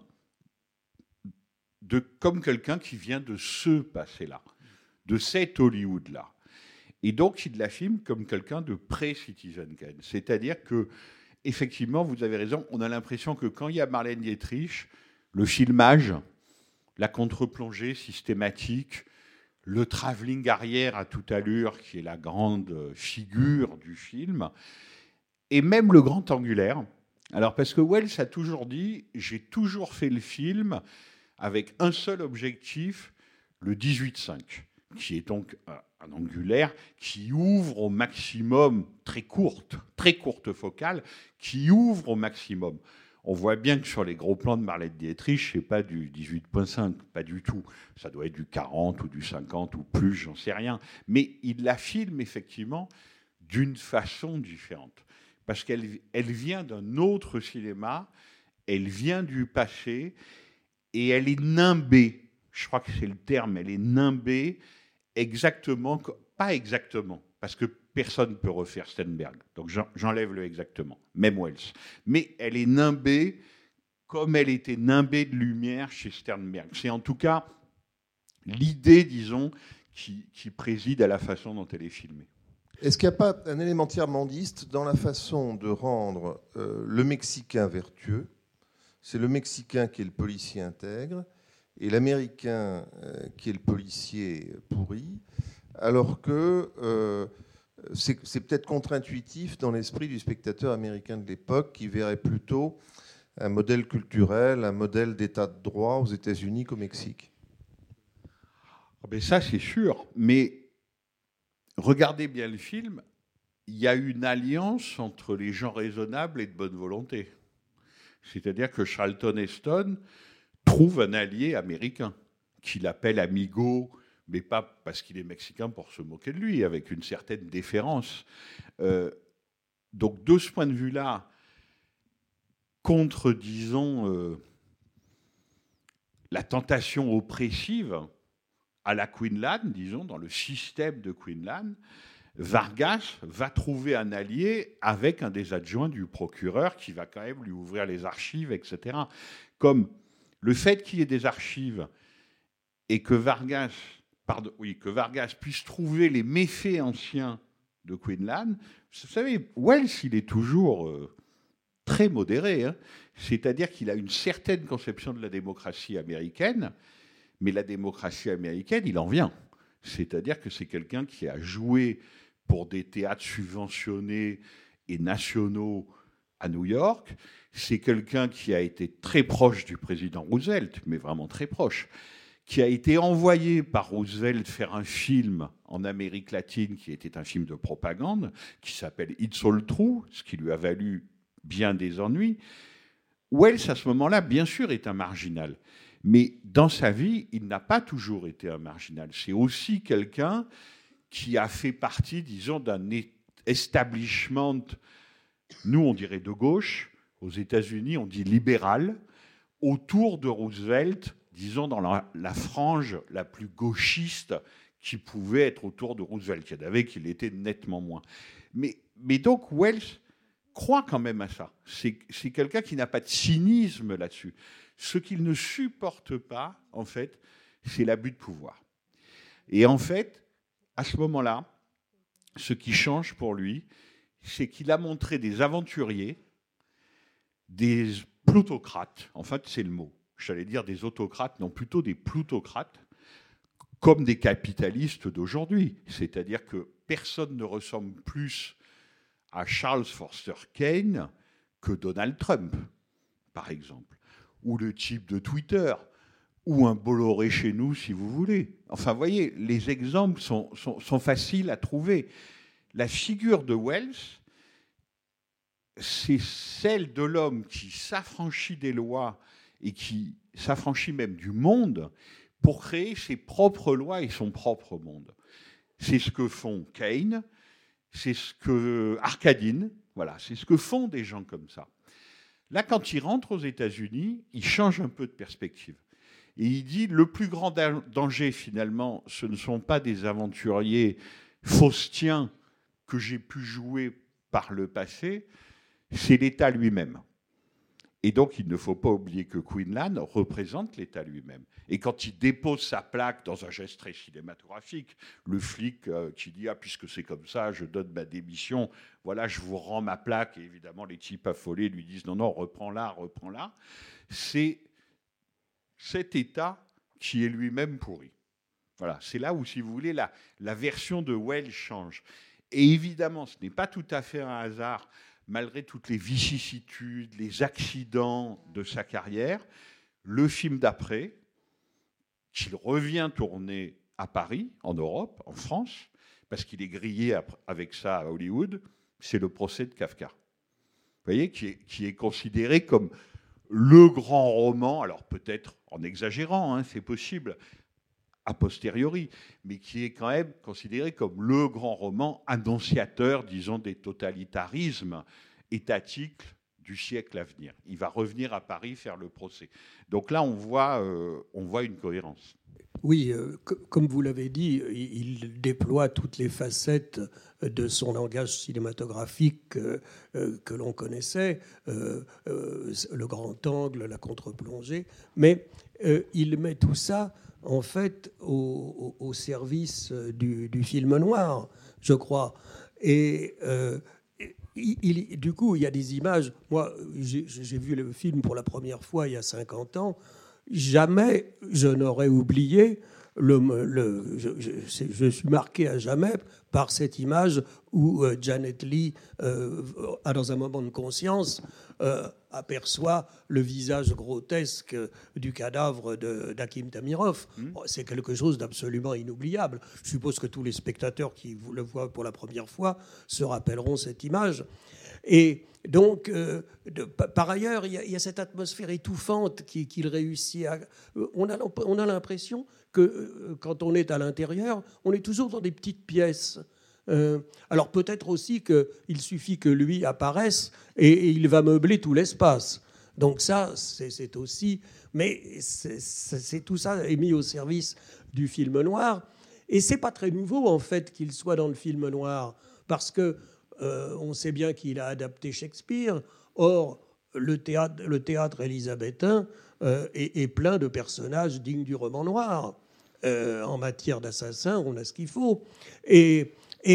comme quelqu'un qui vient de ce passé-là, de cet Hollywood-là. Et donc, il la filme comme quelqu'un de pré-Citizen Kane. C'est-à-dire que, effectivement, vous avez raison, on a l'impression que quand il y a Marlène Dietrich, le filmage, la contre-plongée systématique, le travelling arrière à toute allure, qui est la grande figure du film, et même le grand angulaire. Alors, parce que Wells a toujours dit, j'ai toujours fait le film avec un seul objectif, le 18-5, qui est donc un angulaire qui ouvre au maximum, très courte focale, qui ouvre au maximum. On voit bien que sur les gros plans de Marlène Dietrich, c'est pas du 18.5, pas du tout. Ça doit être du 40 ou du 50 ou plus, j'en sais rien. Mais il la filme effectivement d'une façon différente. Parce qu'elle vient d'un autre cinéma, elle vient du passé, et elle est nimbée, je crois que c'est le terme, elle est nimbée exactement, pas exactement, parce que personne ne peut refaire Sternberg, donc j'enlève le exactement, même Wells. Mais elle est nimbée comme elle était nimbée de lumière chez Sternberg. C'est en tout cas l'idée, disons, qui préside à la façon dont elle est filmée. Est-ce qu'il n'y a pas un élément tiers-mondiste dans la façon de rendre le Mexicain vertueux? C'est le Mexicain qui est le policier intègre et l'Américain qui est le policier pourri, alors que c'est peut-être contre-intuitif dans l'esprit du spectateur américain de l'époque qui verrait plutôt un modèle culturel, un modèle d'état de droit aux États-Unis qu'au Mexique. Ben ça, c'est sûr. Mais regardez bien le film, il y a une alliance entre les gens raisonnables et de bonne volonté. C'est-à-dire que Charlton Heston trouve un allié américain qu'il appelle amigo, mais pas parce qu'il est mexicain pour se moquer de lui, avec une certaine déférence. Donc, de ce point de vue-là, contre, disons, la tentation oppressive à la Quinlan, disons, dans le système de Quinlan, Vargas va trouver un allié avec un des adjoints du procureur qui va quand même lui ouvrir les archives, etc. Comme le fait qu'il y ait des archives et que Vargas puisse trouver les méfaits anciens de Quinlan. Vous savez, Wells, il est toujours très modéré. Hein. C'est-à-dire qu'il a une certaine conception de la démocratie américaine, mais la démocratie américaine, il en vient. C'est-à-dire que c'est quelqu'un qui a joué pour des théâtres subventionnés et nationaux à New York. C'est quelqu'un qui a été très proche du président Roosevelt, mais vraiment très proche, qui a été envoyé par Roosevelt faire un film en Amérique latine qui était un film de propagande, qui s'appelle It's All True, ce qui lui a valu bien des ennuis. Wells, à ce moment-là, bien sûr, est un marginal. Mais dans sa vie, il n'a pas toujours été un marginal. C'est aussi quelqu'un qui a fait partie, disons, d'un establishment, nous on dirait de gauche, aux États-Unis on dit libéral, autour de Roosevelt, disons dans la frange la plus gauchiste qui pouvait être autour de Roosevelt. Il y en avait qui l'étaient nettement moins. Mais donc Wells croit quand même à ça. C'est quelqu'un qui n'a pas de cynisme là-dessus. Ce qu'il ne supporte pas, en fait, c'est l'abus de pouvoir. Et en fait, à ce moment-là, ce qui change pour lui, c'est qu'il a montré des aventuriers, des plutocrates, en fait c'est le mot, j'allais dire des autocrates, non plutôt des plutocrates, comme des capitalistes d'aujourd'hui. C'est-à-dire que personne ne ressemble plus à Charles Foster Kane que Donald Trump, par exemple, ou le type de Twitter, ou un Bolloré chez nous, si vous voulez. Enfin, vous voyez, les exemples sont faciles à trouver. La figure de Wells, c'est celle de l'homme qui s'affranchit des lois et qui s'affranchit même du monde pour créer ses propres lois et son propre monde. C'est ce que font Kane, c'est ce que Arcadine, voilà, c'est ce que font des gens comme ça. Là, quand il rentre aux États-Unis, il change un peu de perspective. Et il dit, le plus grand danger, finalement, ce ne sont pas des aventuriers faustiens que j'ai pu jouer par le passé, c'est l'État lui-même. Et donc, il ne faut pas oublier que Quinlan représente l'État lui-même. Et quand il dépose sa plaque dans un geste très cinématographique, le flic qui dit « Ah, puisque c'est comme ça, je donne ma démission, voilà, je vous rends ma plaque », et évidemment, les types affolés lui disent « Non, non, reprends-la », c'est cet État qui est lui-même pourri. Voilà, c'est là où, si vous voulez, la version de Wells change. Et évidemment, ce n'est pas tout à fait un hasard, malgré toutes les vicissitudes, les accidents de sa carrière, le film d'après, qu'il revient tourner à Paris, en Europe, en France, parce qu'il est grillé avec ça à Hollywood, c'est Le procès de Kafka. Vous voyez, qui est considéré comme le grand roman, alors peut-être en exagérant, c'est possible, a posteriori, mais qui est quand même considéré comme le grand roman annonciateur, disons, des totalitarismes étatiques du siècle à venir. Il va revenir à Paris faire le procès. Donc là, on voit une cohérence. Oui, comme vous l'avez dit, il déploie toutes les facettes de son langage cinématographique que l'on connaissait, le grand angle, la contre-plongée, mais il met tout ça en fait au service du film noir, je crois. Et du coup, il y a des images. Moi, j'ai vu le film pour la première fois il y a 50 ans. Jamais je n'aurais oublié je suis marqué à jamais par cette image où Janet Leigh, dans un moment de conscience, aperçoit le visage grotesque du cadavre d'Hakim Tamirov. C'est quelque chose d'absolument inoubliable. Je suppose que tous les spectateurs qui le voient pour la première fois se rappelleront cette image. Et donc, par ailleurs, il y a cette atmosphère étouffante qu'il réussit à... On a l'impression que quand on est à l'intérieur, on est toujours dans des petites pièces. Alors peut-être aussi qu'il suffit que lui apparaisse et il va meubler tout l'espace. Donc ça, c'est aussi... Mais tout ça est mis au service du film noir. Et c'est pas très nouveau, en fait, qu'il soit dans le film noir, parce que on sait bien qu'il a adapté Shakespeare. Or, le théâtre élisabétain est plein de personnages dignes du roman noir. En matière d'assassins, on a ce qu'il faut. Et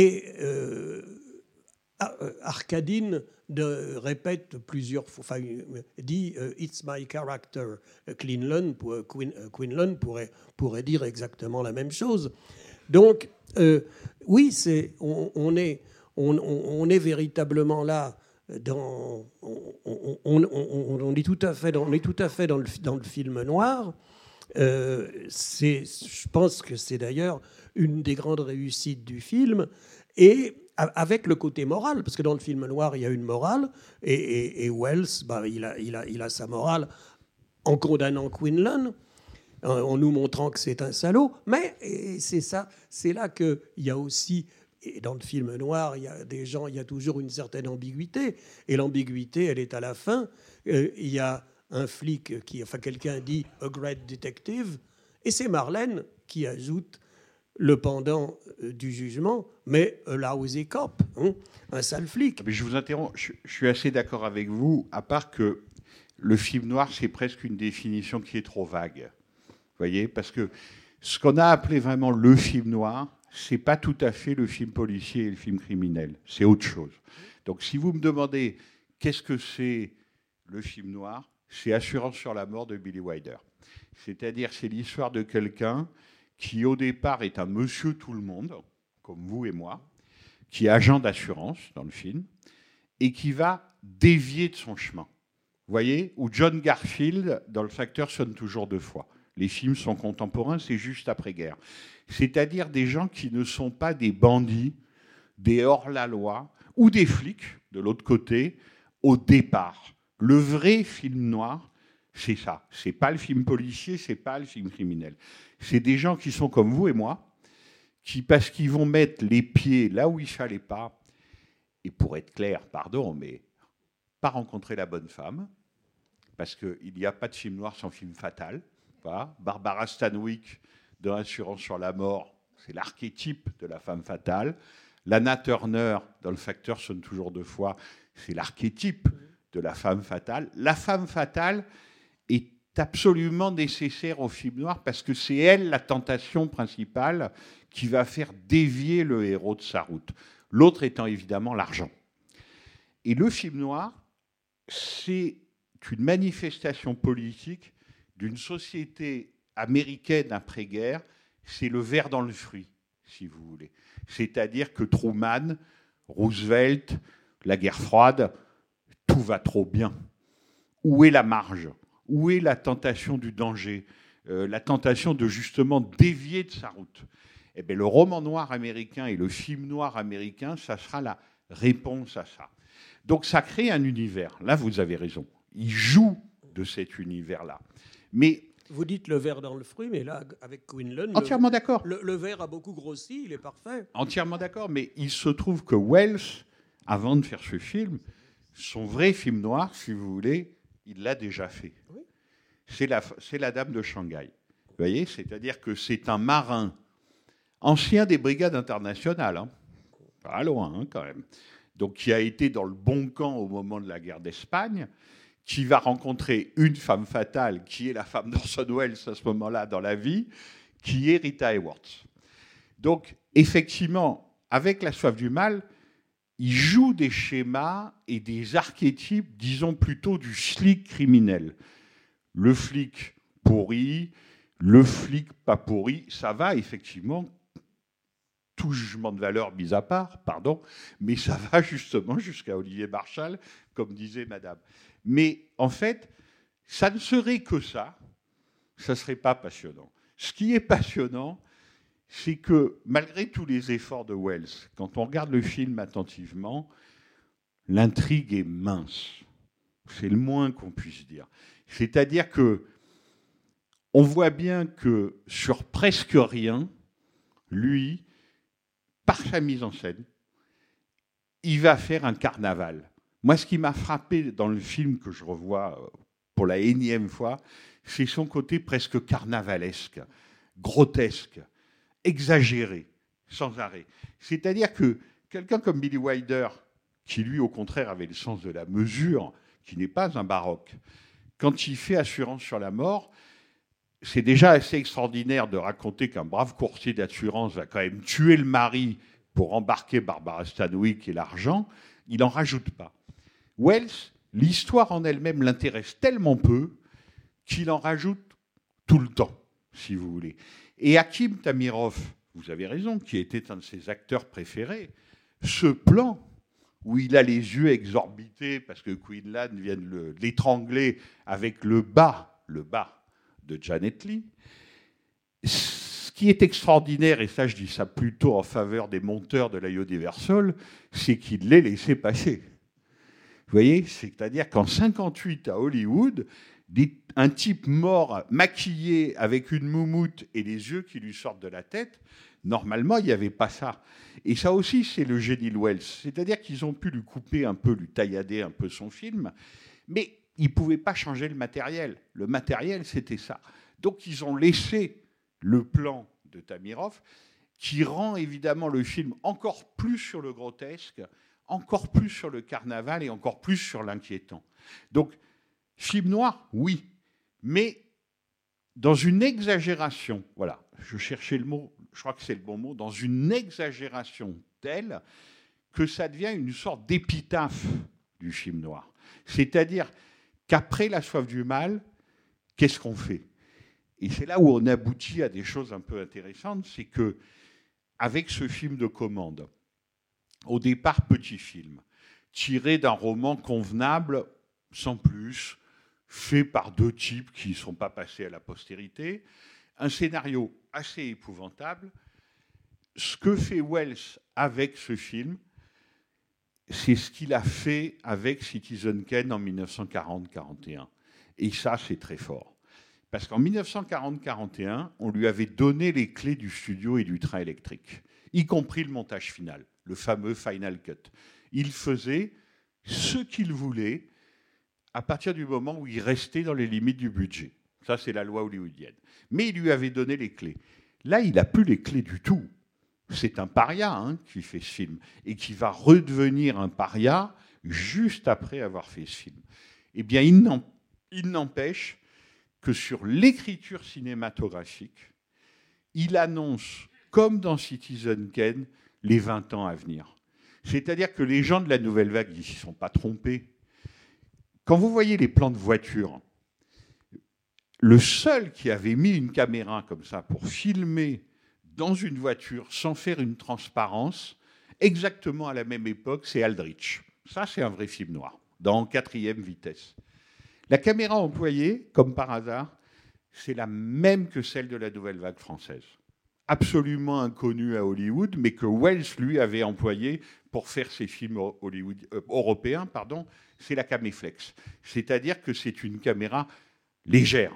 Arkadine répète plusieurs fois, dit « It's my character ». Quinlan pourrait dire exactement la même chose. Donc, oui, on est véritablement là. On est tout à fait dans le film noir. Je pense que c'est d'ailleurs une des grandes réussites du film, et avec le côté moral, parce que dans le film noir, il y a une morale, et Wells, il a sa morale en condamnant Quinlan, en nous montrant que c'est un salaud, mais c'est là qu'il y a aussi... Et dans le film noir, il y a toujours une certaine ambiguïté. Et l'ambiguïté, elle est à la fin. Il y a un flic quelqu'un dit « a great detective », et c'est Marlène qui ajoute le pendant du jugement, mais « a lousy cop », un sale flic. Mais je vous interromps, je suis assez d'accord avec vous, à part que le film noir, c'est presque une définition qui est trop vague. Vous voyez, parce que ce qu'on a appelé vraiment le film noir, c'est pas tout à fait le film policier et le film criminel. C'est autre chose. Donc, si vous me demandez qu'est-ce que c'est le film noir, c'est Assurance sur la mort de Billy Wilder. C'est-à-dire, c'est l'histoire de quelqu'un qui, au départ, est un monsieur tout le monde, comme vous et moi, qui est agent d'assurance dans le film, et qui va dévier de son chemin. Vous voyez, où John Garfield, dans Le Facteur, sonne toujours deux fois. Les films sont contemporains, c'est juste après-guerre. C'est-à-dire des gens qui ne sont pas des bandits, des hors-la-loi, ou des flics, de l'autre côté, au départ. Le vrai film noir, c'est ça. C'est pas le film policier, c'est pas le film criminel. C'est des gens qui sont comme vous et moi, qui, parce qu'ils vont mettre les pieds là où il fallait pas, et pour être clair, pardon, mais pas rencontrer la bonne femme, parce qu'il n'y a pas de film noir sans film fatal. Voilà. Barbara Stanwyck, dans Assurance sur la mort, c'est l'archétype de la femme fatale. Lana Turner, dans Le Facteur sonne toujours deux fois, c'est l'archétype de la femme fatale. La femme fatale est absolument nécessaire au film noir parce que c'est elle la tentation principale qui va faire dévier le héros de sa route. L'autre étant évidemment l'argent. Et le film noir, c'est une manifestation politique d'une société américaine après-guerre. C'est le ver dans le fruit, si vous voulez. C'est-à-dire que Truman, Roosevelt, la guerre froide, tout va trop bien. Où est la marge ? Où est la tentation du danger ? La tentation de justement dévier de sa route ? Eh bien, le roman noir américain et le film noir américain, ça sera la réponse à ça. Donc ça crée un univers. Là, vous avez raison. Il joue de cet univers-là. Mais vous dites le ver dans le fruit, mais là, avec Quinlan, entièrement d'accord. Le ver a beaucoup grossi, il est parfait. Entièrement d'accord, mais il se trouve que Wells, avant de faire ce film, son vrai film noir, si vous voulez, il l'a déjà fait. Oui. C'est la Dame de Shanghai. Vous voyez, c'est-à-dire que c'est un marin ancien des brigades internationales, hein. Pas loin hein, quand même. Donc qui a été dans le bon camp au moment de la guerre d'Espagne, qui va rencontrer une femme fatale, qui est la femme d'Orson Welles à ce moment-là dans la vie, qui est Rita Hayworth. Donc, effectivement, avec La soif du mal, il joue des schémas et des archétypes, disons plutôt du flic criminel. Le flic pourri, le flic pas pourri, ça va effectivement, tout jugement de valeur mis à part, pardon, mais ça va justement jusqu'à Olivier Marchal, comme disait madame. Mais en fait, ça ne serait que ça ne serait pas passionnant. Ce qui est passionnant, c'est que malgré tous les efforts de Wells, quand on regarde le film attentivement, l'intrigue est mince. C'est le moins qu'on puisse dire. C'est-à-dire que on voit bien que sur presque rien, lui, par sa mise en scène, il va faire un carnaval. Moi, ce qui m'a frappé dans le film que je revois pour la énième fois, c'est son côté presque carnavalesque, grotesque, exagéré, sans arrêt. C'est-à-dire que quelqu'un comme Billy Wilder, qui lui, au contraire, avait le sens de la mesure, qui n'est pas un baroque, quand il fait Assurance sur la mort, c'est déjà assez extraordinaire de raconter qu'un brave courtier d'assurance va quand même tuer le mari pour embarquer Barbara Stanwyck et l'argent. Il n'en rajoute pas. Wells, l'histoire en elle-même l'intéresse tellement peu qu'il en rajoute tout le temps, si vous voulez. Et Hakim Tamirov, vous avez raison, qui était un de ses acteurs préférés, ce plan où il a les yeux exorbités parce que Quinlan vient de l'étrangler avec le bas de Janet Leigh. Ce qui est extraordinaire, et ça je dis ça plutôt en faveur des monteurs de la Universal, c'est qu'il l'ait laissé passer. Vous voyez, c'est-à-dire qu'en 1958 à Hollywood, un type mort maquillé avec une moumoute et les yeux qui lui sortent de la tête, normalement il n'y avait pas ça. Et ça aussi c'est le génie de Wells, c'est-à-dire qu'ils ont pu lui couper un peu, lui taillader un peu son film, mais ils ne pouvaient pas changer le matériel. Le matériel, c'était ça. Donc, ils ont laissé le plan de Tamirov, qui rend évidemment le film encore plus sur le grotesque, encore plus sur le carnaval et encore plus sur l'inquiétant. Donc, film noir, oui, mais dans une exagération, voilà, je cherchais le mot, je crois que c'est le bon mot, dans une exagération telle que ça devient une sorte d'épitaphe du film noir. C'est-à-dire qu'après La soif du mal, qu'est-ce qu'on fait ? Et c'est là où on aboutit à des choses un peu intéressantes, c'est que avec ce film de commande, au départ petit film, tiré d'un roman convenable, sans plus, fait par deux types qui ne sont pas passés à la postérité, un scénario assez épouvantable, ce que fait Wells avec ce film, c'est ce qu'il a fait avec Citizen Kane en 1940-41. Et ça, c'est très fort. Parce qu'en 1940-41, on lui avait donné les clés du studio et du train électrique, y compris le montage final, le fameux Final Cut. Il faisait ce qu'il voulait à partir du moment où il restait dans les limites du budget. Ça, c'est la loi hollywoodienne. Mais il lui avait donné les clés. Là, il n'a plus les clés du tout. C'est un paria qui fait ce film et qui va redevenir un paria juste après avoir fait ce film. Eh bien, il n'empêche que sur l'écriture cinématographique, il annonce, comme dans Citizen Kane, les 20 ans à venir. C'est-à-dire que les gens de la Nouvelle Vague, ils ne s'y sont pas trompés. Quand vous voyez les plans de voiture, le seul qui avait mis une caméra comme ça pour filmer dans une voiture sans faire une transparence, exactement à la même époque, c'est Aldrich. Ça, c'est un vrai film noir, dans 4e vitesse. La caméra employée, comme par hasard, c'est la même que celle de la Nouvelle Vague française. Absolument inconnue à Hollywood, mais que Wells, lui, avait employée pour faire ses films européens, c'est la Caméflex. C'est-à-dire que c'est une caméra légère.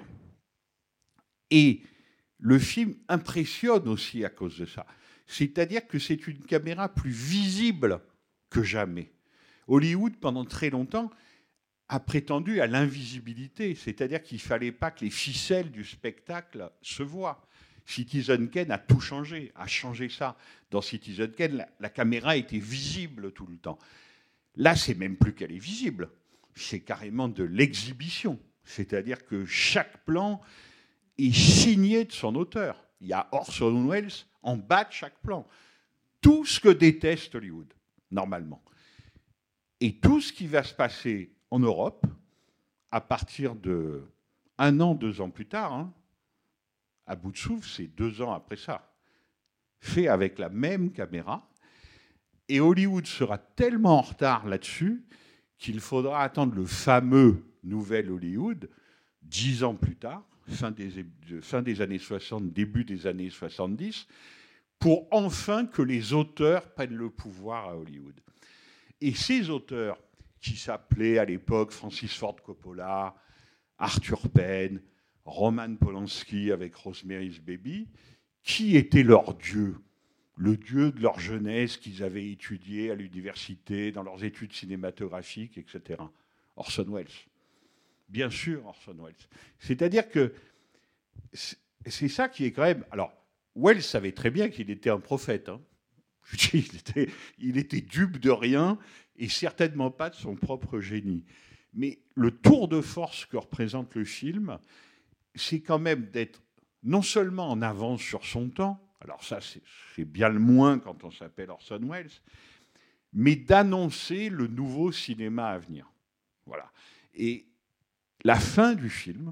Et le film impressionne aussi à cause de ça. C'est-à-dire que c'est une caméra plus visible que jamais. Hollywood, pendant très longtemps, a prétendu à l'invisibilité, c'est-à-dire qu'il ne fallait pas que les ficelles du spectacle se voient. Citizen Kane a tout changé, a changé ça. Dans Citizen Kane, la caméra était visible tout le temps. Là, c'est même plus qu'elle est visible, c'est carrément de l'exhibition. C'est-à-dire que chaque plan est signé de son auteur. Il y a Orson Welles en bas de chaque plan. Tout ce que déteste Hollywood, normalement. Et tout ce qui va se passer en Europe, à partir de 1 an, 2 ans plus tard, à bout de souffle, c'est 2 ans après ça, fait avec la même caméra. Et Hollywood sera tellement en retard là-dessus qu'il faudra attendre le fameux Nouvel Hollywood 10 ans plus tard, fin des années 60, début des années 70, pour enfin que les auteurs prennent le pouvoir à Hollywood. Et ces auteurs, qui s'appelaient à l'époque Francis Ford Coppola, Arthur Penn, Roman Polanski avec Rosemary's Baby, qui était leur dieu, le dieu de leur jeunesse qu'ils avaient étudié à l'université, dans leurs études cinématographiques, etc. Orson Welles. Bien sûr, Orson Welles. C'est-à-dire que c'est ça qui est quand même... Alors, Welles savait très bien qu'il était un prophète. Il était dupe de rien et certainement pas de son propre génie. Mais le tour de force que représente le film, c'est quand même d'être non seulement en avance sur son temps, alors ça c'est bien le moins quand on s'appelle Orson Welles, mais d'annoncer le nouveau cinéma à venir. Voilà. Et la fin du film,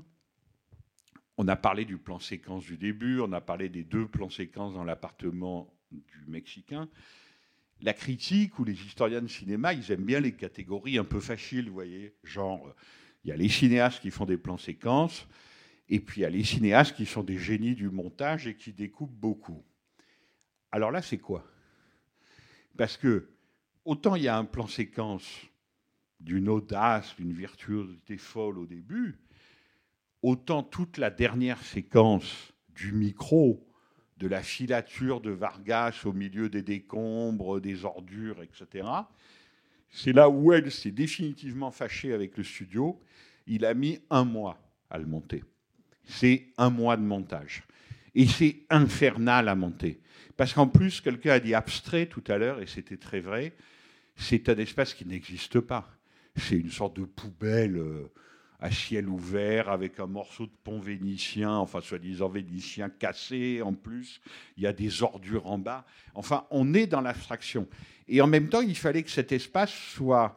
on a parlé du plan séquence du début, on a parlé des 2 plans séquences dans l'appartement du Mexicain. La critique ou les historiens de cinéma, ils aiment bien les catégories un peu faciles, vous voyez, genre, il y a les cinéastes qui font des plans séquences, et puis il y a les cinéastes qui sont des génies du montage et qui découpent beaucoup. Alors là, c'est quoi ? Parce que, autant il y a un plan séquence d'une audace, d'une virtuosité folle au début, autant toute la dernière séquence du micro, de la filature de Vargas au milieu des décombres, des ordures, etc., c'est là où Welles s'est définitivement fâché avec le studio. Il a mis 1 mois à le monter. C'est 1 mois de montage. Et c'est infernal à monter. Parce qu'en plus, quelqu'un a dit abstrait tout à l'heure, et c'était très vrai, c'est un espace qui n'existe pas. C'est une sorte de poubelle à ciel ouvert, avec un morceau de pont vénitien, enfin soi-disant vénitien cassé en plus. Il y a des ordures en bas. Enfin, on est dans l'abstraction. Et en même temps, il fallait que cet espace soit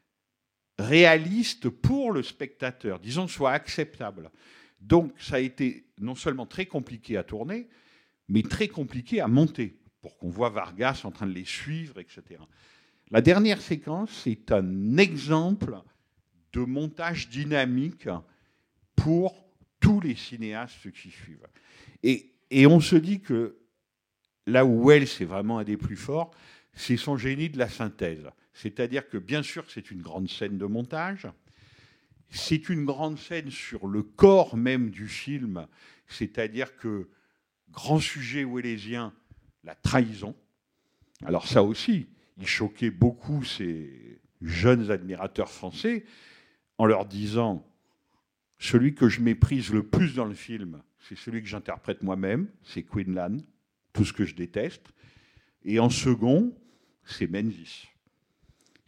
réaliste pour le spectateur, disons, soit acceptable. Donc, ça a été non seulement très compliqué à tourner, mais très compliqué à monter, pour qu'on voit Vargas en train de les suivre, etc. La dernière séquence, c'est un exemple de montage dynamique pour tous les cinéastes qui suivent. Et on se dit que là où Welles est vraiment un des plus forts, c'est son génie de la synthèse. C'est-à-dire que, bien sûr, c'est une grande scène de montage, c'est une grande scène sur le corps même du film, c'est-à-dire que, grand sujet wellésien, la trahison. Alors ça aussi, il choquait beaucoup ces jeunes admirateurs français en leur disant « Celui que je méprise le plus dans le film, c'est celui que j'interprète moi-même, c'est Quinlan, tout ce que je déteste. Et en second, c'est Menzies. »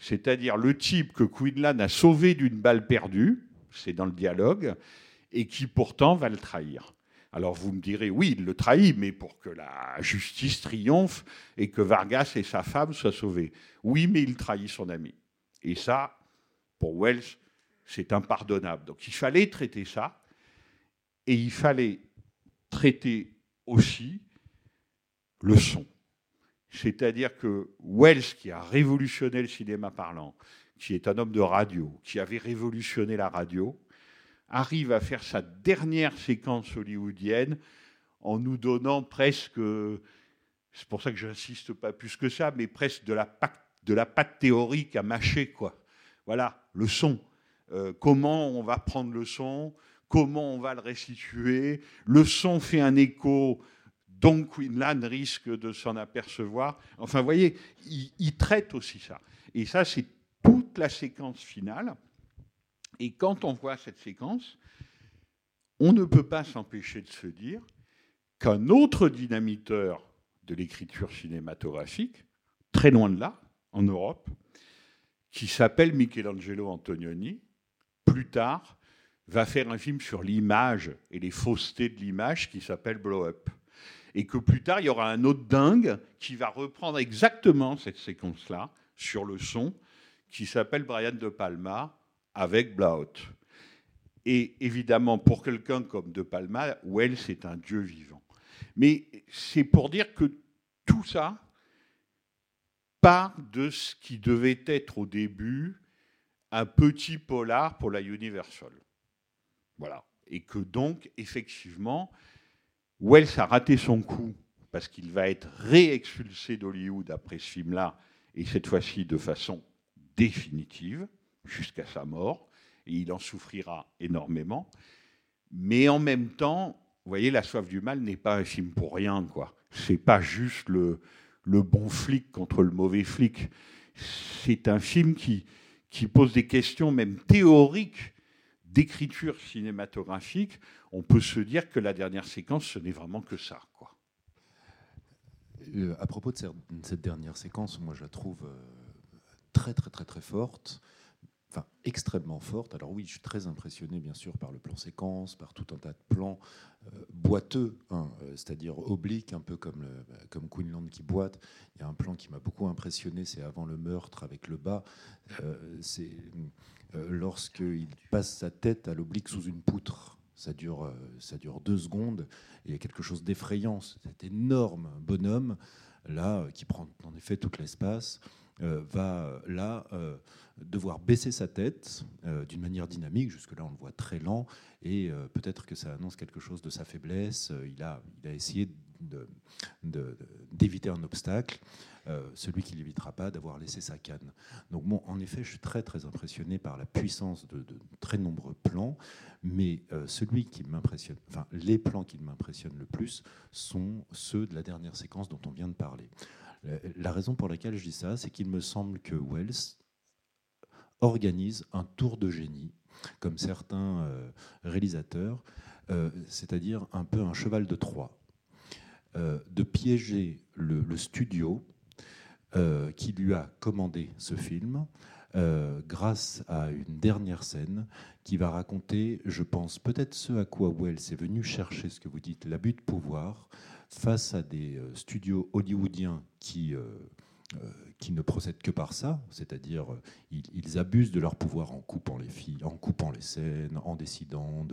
C'est-à-dire le type que Quinlan a sauvé d'une balle perdue, c'est dans le dialogue, et qui pourtant va le trahir. Alors vous me direz, oui, il le trahit, mais pour que la justice triomphe et que Vargas et sa femme soient sauvés. Oui, mais il trahit son ami. Et ça, pour Wells, c'est impardonnable. Donc il fallait traiter ça, et il fallait traiter aussi le son. C'est-à-dire que Wells, qui a révolutionné le cinéma parlant, qui est un homme de radio, qui avait révolutionné la radio, arrive à faire sa dernière séquence hollywoodienne en nous donnant presque, c'est pour ça que j'insiste pas plus que ça, mais presque de la pâte théorique à mâcher, quoi. Voilà, le son. Comment on va prendre le son, comment on va le restituer. Le son fait un écho, donc Quinlan risque de s'en apercevoir. Enfin, vous voyez, il traite aussi ça. Et ça, c'est toute la séquence finale. Et quand on voit cette séquence, on ne peut pas s'empêcher de se dire qu'un autre dynamiteur de l'écriture cinématographique, très loin de là, en Europe, qui s'appelle Michelangelo Antonioni, plus tard, va faire un film sur l'image et les faussetés de l'image qui s'appelle Blow Up. Et que plus tard, il y aura un autre dingue qui va reprendre exactement cette séquence-là sur le son, qui s'appelle Brian De Palma, avec Blowout. Et évidemment, pour quelqu'un comme De Palma, Wells est un dieu vivant. Mais c'est pour dire que tout ça part de ce qui devait être au début un petit polar pour la Universal. Voilà. Et que donc, effectivement, Wells a raté son coup parce qu'il va être réexpulsé d'Hollywood après ce film-là, et cette fois-ci de façon définitive, jusqu'à sa mort, et il en souffrira énormément. Mais en même temps, vous voyez, La soif du mal n'est pas un film pour rien, quoi. C'est pas juste le bon flic contre le mauvais flic. C'est un film qui pose des questions même théoriques d'écriture cinématographique. On peut se dire que la dernière séquence, ce n'est vraiment que ça, quoi. À propos de cette dernière séquence, moi je la trouve très très très très forte. Enfin, extrêmement forte. Alors oui, je suis très impressionné, bien sûr, par le plan séquence, par tout un tas de plans boiteux, hein, c'est-à-dire obliques, un peu comme Quinlan qui boite. Il y a un plan qui m'a beaucoup impressionné, c'est avant le meurtre avec le bas. C'est lorsqu'il passe sa tête à l'oblique sous une poutre. Ça dure 2 secondes, et il y a quelque chose d'effrayant. Cet énorme bonhomme, là, qui prend en effet tout l'espace, va là devoir baisser sa tête d'une manière dynamique. Jusque-là, on le voit très lent, et peut-être que ça annonce quelque chose de sa faiblesse. Il a essayé d'éviter un obstacle, celui qui l'évitera pas, d'avoir laissé sa canne. Donc bon, en effet, je suis très très impressionné par la puissance de très nombreux plans, mais celui qui m'impressionne, enfin les plans qui m'impressionnent le plus sont ceux de la dernière séquence dont on vient de parler. La raison pour laquelle je dis ça, c'est qu'il me semble que Wells organise un tour de génie, comme certains réalisateurs, c'est-à-dire un peu un cheval de Troie, de piéger le studio qui lui a commandé ce film grâce à une dernière scène qui va raconter, je pense, peut-être ce à quoi Wells est venu chercher, ce que vous dites, l'abus de pouvoir, face à des studios hollywoodiens qui ne procèdent que par ça, c'est-à-dire ils abusent de leur pouvoir en coupant les scènes, en décidant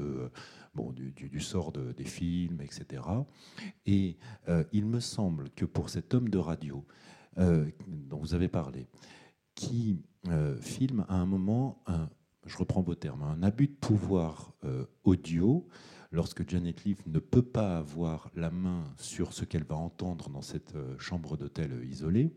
du sort des films, etc. Et il me semble que pour cet homme de radio dont vous avez parlé, qui filme à un moment, je reprends vos termes, un abus de pouvoir audio, lorsque Janet Leigh ne peut pas avoir la main sur ce qu'elle va entendre dans cette chambre d'hôtel isolée,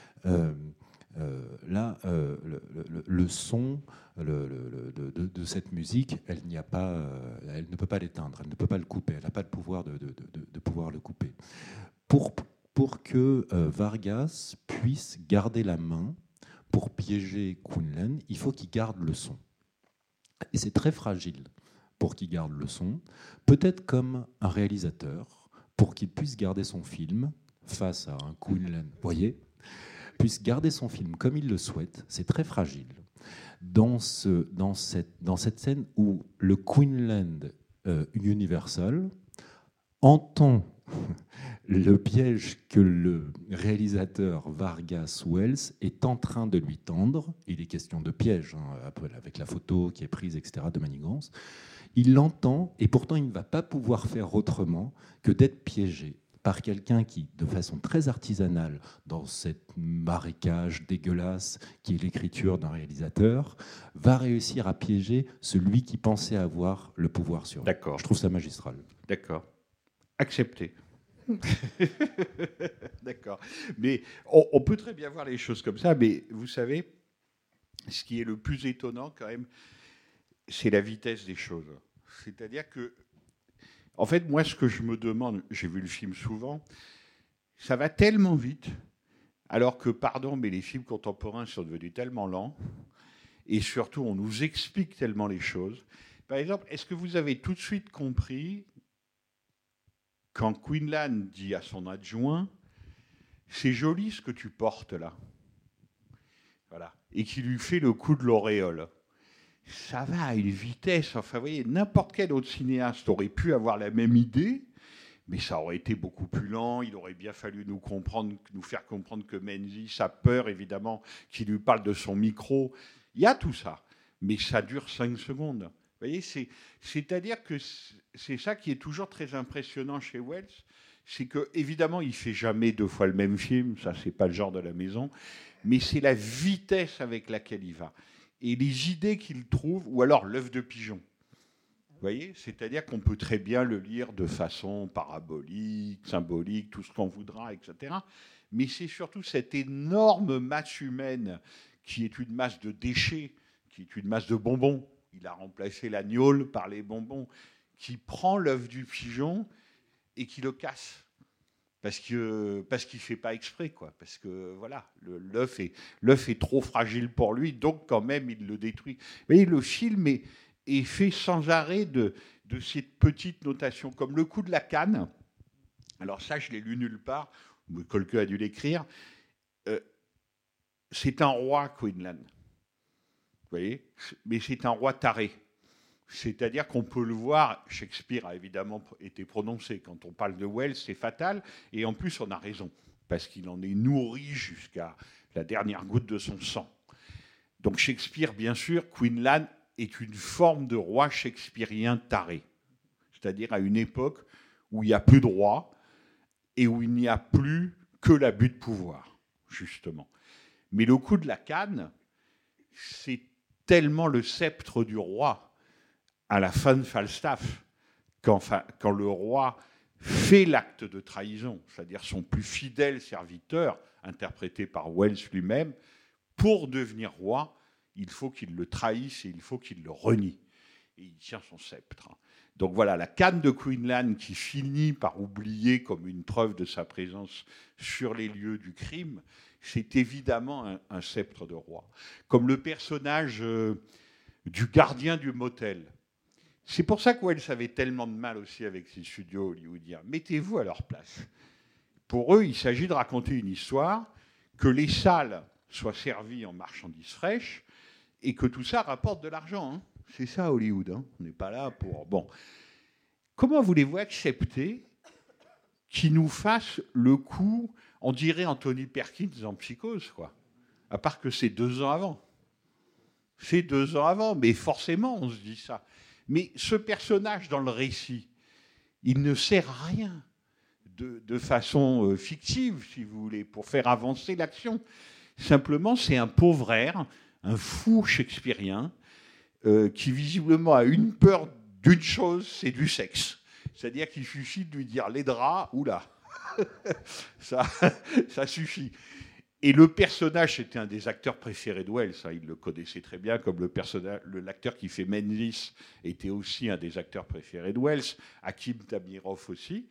là, le son de cette musique, elle ne peut pas l'éteindre, elle ne peut pas le couper, elle n'a pas le pouvoir de pouvoir le couper. Pour que Vargas puisse garder la main pour piéger Quinlan, il faut qu'il garde le son. Et c'est très fragile pour qu'il garde le son, peut-être comme un réalisateur, pour qu'il puisse garder son film face à un Quinlan. Vous voyez ? puisse garder son film comme il le souhaite, c'est très fragile. Dans cette scène où le Queenland Universal entend le piège que le réalisateur Vargas Wells est en train de lui tendre, il est question de piège, avec la photo qui est prise, etc., de manigance, il l'entend et pourtant il ne va pas pouvoir faire autrement que d'être piégé par quelqu'un qui, de façon très artisanale, dans cette marécage dégueulasse qui est l'écriture d'un réalisateur, va réussir à piéger celui qui pensait avoir le pouvoir sur lui. D'accord. Je trouve ça magistral. D'accord. Accepté. D'accord. Mais on peut très bien voir les choses comme ça, mais vous savez, ce qui est le plus étonnant quand même, c'est la vitesse des choses. C'est-à-dire que, en fait, moi, ce que je me demande, j'ai vu le film souvent, ça va tellement vite, alors que, pardon, mais les films contemporains sont devenus tellement lents, et surtout, on nous explique tellement les choses. Par exemple, est-ce que vous avez tout de suite compris quand Queenland dit à son adjoint « C'est joli ce que tu portes là », voilà, et qui lui fait le coup de l'auréole. Ça va à une vitesse. Enfin, vous voyez, n'importe quel autre cinéaste aurait pu avoir la même idée, mais ça aurait été beaucoup plus lent. Il aurait bien fallu nous faire comprendre que Menzies a peur, évidemment, qu'il lui parle de son micro. Il y a tout ça, mais ça dure 5 secondes. Vous voyez, c'est-à-dire que c'est ça qui est toujours très impressionnant chez Wells, c'est qu'évidemment, il ne fait jamais 2 fois le même film, ça, c'est pas le genre de la maison, mais c'est la vitesse avec laquelle il va. Et les idées qu'il trouve, ou alors l'œuf de pigeon. Vous voyez, c'est-à-dire qu'on peut très bien le lire de façon parabolique, symbolique, tout ce qu'on voudra, etc. Mais c'est surtout cette énorme masse humaine qui est une masse de déchets, qui est une masse de bonbons. Il a remplacé la gnôle par les bonbons, qui prend l'œuf du pigeon et qui le casse. Parce qu'il ne fait pas exprès, quoi. Parce que voilà, l'œuf est trop fragile pour lui, donc quand même il le détruit. Vous voyez, le film est fait sans arrêt de ces petites notations, comme le coup de la canne. Alors ça, je l'ai lu nulle part, quelqu'un a dû l'écrire. C'est un roi, Queenland. Vous voyez, mais c'est un roi taré. C'est-à-dire qu'on peut le voir, Shakespeare a évidemment été prononcé. Quand on parle de Wells, c'est fatal. Et en plus, on a raison, parce qu'il en est nourri jusqu'à la dernière goutte de son sang. Donc Shakespeare, bien sûr, Queenland est une forme de roi shakespearien taré. C'est-à-dire à une époque où il n'y a plus de roi et où il n'y a plus que l'abus de pouvoir, justement. Mais le coup de la canne, c'est tellement le sceptre du roi à la fin de Falstaff, quand le roi fait l'acte de trahison, c'est-à-dire son plus fidèle serviteur, interprété par Wells lui-même, pour devenir roi, il faut qu'il le trahisse et il faut qu'il le renie. Et il tient son sceptre. Donc voilà, la canne de Queenland qui finit par oublier comme une preuve de sa présence sur les lieux du crime, c'est évidemment un sceptre de roi. Comme le personnage du gardien du motel. C'est pour ça que Wells avait tellement de mal aussi avec ses studios hollywoodiens. Mettez-vous à leur place. Pour eux, il s'agit de raconter une histoire, que les salles soient servies en marchandises fraîches et que tout ça rapporte de l'argent. Hein. C'est ça Hollywood. Hein. On n'est pas là pour... Bon. Comment voulez-vous accepter qu'ils nous fassent le coup, on dirait Anthony Perkins en Psychose, quoi. À part que c'est 2 ans avant. C'est 2 ans avant, mais forcément, on se dit ça. Mais ce personnage dans le récit, il ne sert à rien de façon fictive, si vous voulez, pour faire avancer l'action. Simplement, c'est un pauvre air, un fou shakespearien, qui visiblement a une peur d'une chose, c'est du sexe. C'est-à-dire qu'il suffit de lui dire les draps, oula, ça suffit. Et le personnage, c'était un des acteurs préférés de Wells, il le connaissait très bien, comme l'acteur qui fait Menzies était aussi un des acteurs préférés de Wells, Hakim Tamirov aussi.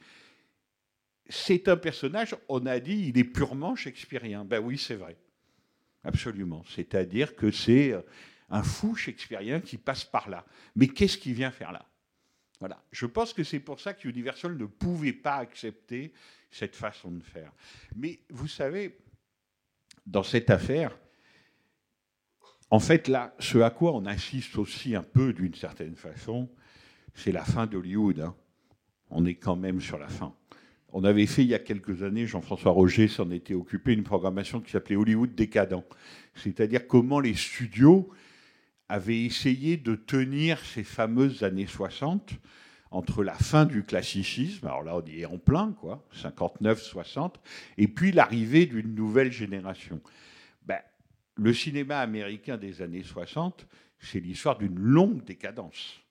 C'est un personnage, on a dit, il est purement shakespearien. Ben oui, c'est vrai, absolument. C'est-à-dire que c'est un fou shakespearien qui passe par là. Mais qu'est-ce qu'il vient faire là ? Voilà. Je pense que c'est pour ça qu'Universal ne pouvait pas accepter cette façon de faire. Mais vous savez... dans cette affaire, en fait, là, ce à quoi on assiste aussi un peu d'une certaine façon, c'est la fin d'Hollywood. Hein. On est quand même sur la fin. On avait fait il y a quelques années, Jean-François Roger s'en était occupé, une programmation qui s'appelait Hollywood décadent. C'est-à-dire comment les studios avaient essayé de tenir ces fameuses années 60 entre la fin du classicisme, alors là on y est en plein, quoi, 59-60, et puis l'arrivée d'une nouvelle génération. Ben, le cinéma américain des années 60, c'est l'histoire d'une longue décadence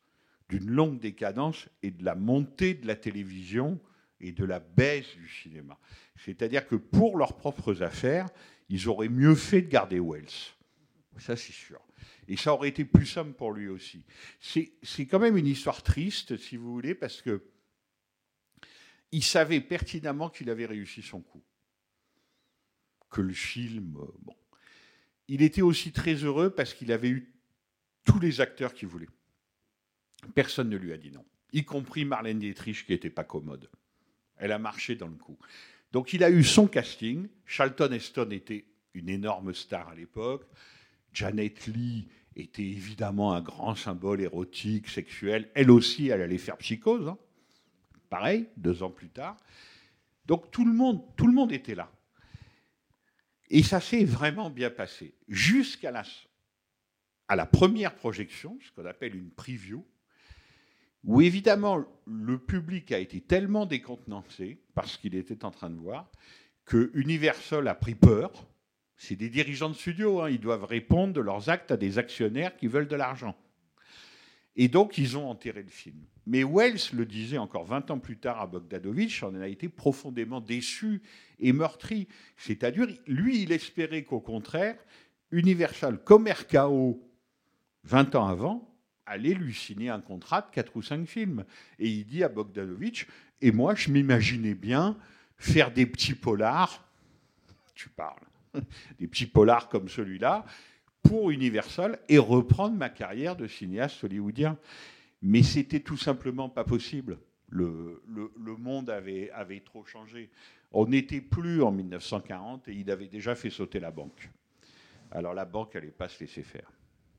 et de la montée de la télévision et de la baisse du cinéma. C'est-à-dire que pour leurs propres affaires, ils auraient mieux fait de garder Wells. Ça, c'est sûr. Et ça aurait été plus simple pour lui aussi. C'est quand même une histoire triste, si vous voulez, parce que il savait pertinemment qu'il avait réussi son coup. Que le film... Bon. Il était aussi très heureux parce qu'il avait eu tous les acteurs qu'il voulait. Personne ne lui a dit non, y compris Marlène Dietrich, qui n'était pas commode. Elle a marché dans le coup. Donc il a eu son casting. Charlton Heston était une énorme star à l'époque. Janet Leigh était évidemment un grand symbole érotique, sexuel. Elle aussi, elle allait faire Psychose. Hein. Pareil, 2 ans plus tard. Donc tout le monde était là. Et ça s'est vraiment bien passé. Jusqu'à la première projection, ce qu'on appelle une preview, où évidemment le public a été tellement décontenancé par ce qu'il était en train de voir que Universal a pris peur. C'est des dirigeants de studio, hein, ils doivent répondre de leurs actes à des actionnaires qui veulent de l'argent. Et donc ils ont enterré le film. Mais Wells le disait encore 20 ans plus tard à Bogdanovich, on en a été profondément déçu et meurtri. C'est-à-dire, lui, il espérait qu'au contraire, Universal, comme RKO, 20 ans avant, allait lui signer un contrat de 4 ou 5 films. Et il dit à Bogdanovich, et moi, je m'imaginais bien faire des petits polars, tu parles, des petits polars comme celui-là, pour Universal, et reprendre ma carrière de cinéaste hollywoodien. Mais c'était tout simplement pas possible. Le monde avait trop changé. On n'était plus en 1940 et il avait déjà fait sauter la banque. Alors la banque n'allait pas se laisser faire.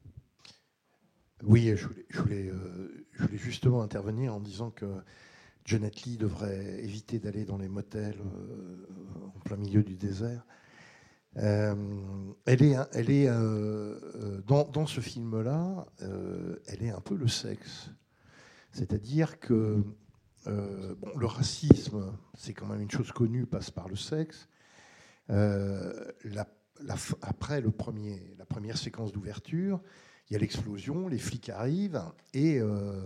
Oui, je voulais justement intervenir en disant que Janet Leigh devrait éviter d'aller dans les motels en plein milieu du désert. Elle est dans ce film-là, elle est un peu le sexe. C'est-à-dire que le racisme, c'est quand même une chose connue, passe par le sexe. Après la première séquence d'ouverture, il y a l'explosion, les flics arrivent et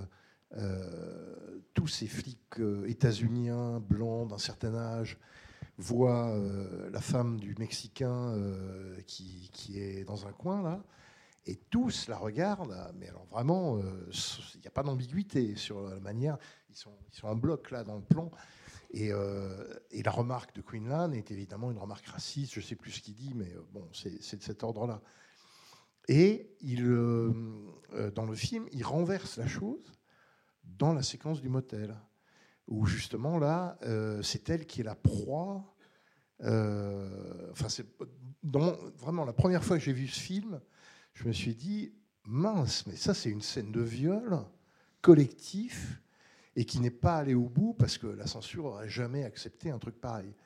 tous ces flics états-uniens blancs d'un certain âge voient la femme du Mexicain qui est dans un coin là, et tous la regardent. Mais alors vraiment, il n'y a pas d'ambiguïté sur la manière. Ils sont en bloc là dans le plan. Et la remarque de Quinlan est évidemment une remarque raciste. Je ne sais plus ce qu'il dit, mais bon, c'est de cet ordre-là. Et dans le film, il renverse la chose dans la séquence du motel, où justement là, c'est elle qui est la proie. C'est vraiment la première fois que j'ai vu ce film, je me suis dit mince, mais ça c'est une scène de viol collectif et qui n'est pas allée au bout parce que la censure n'aurait jamais accepté un truc pareil.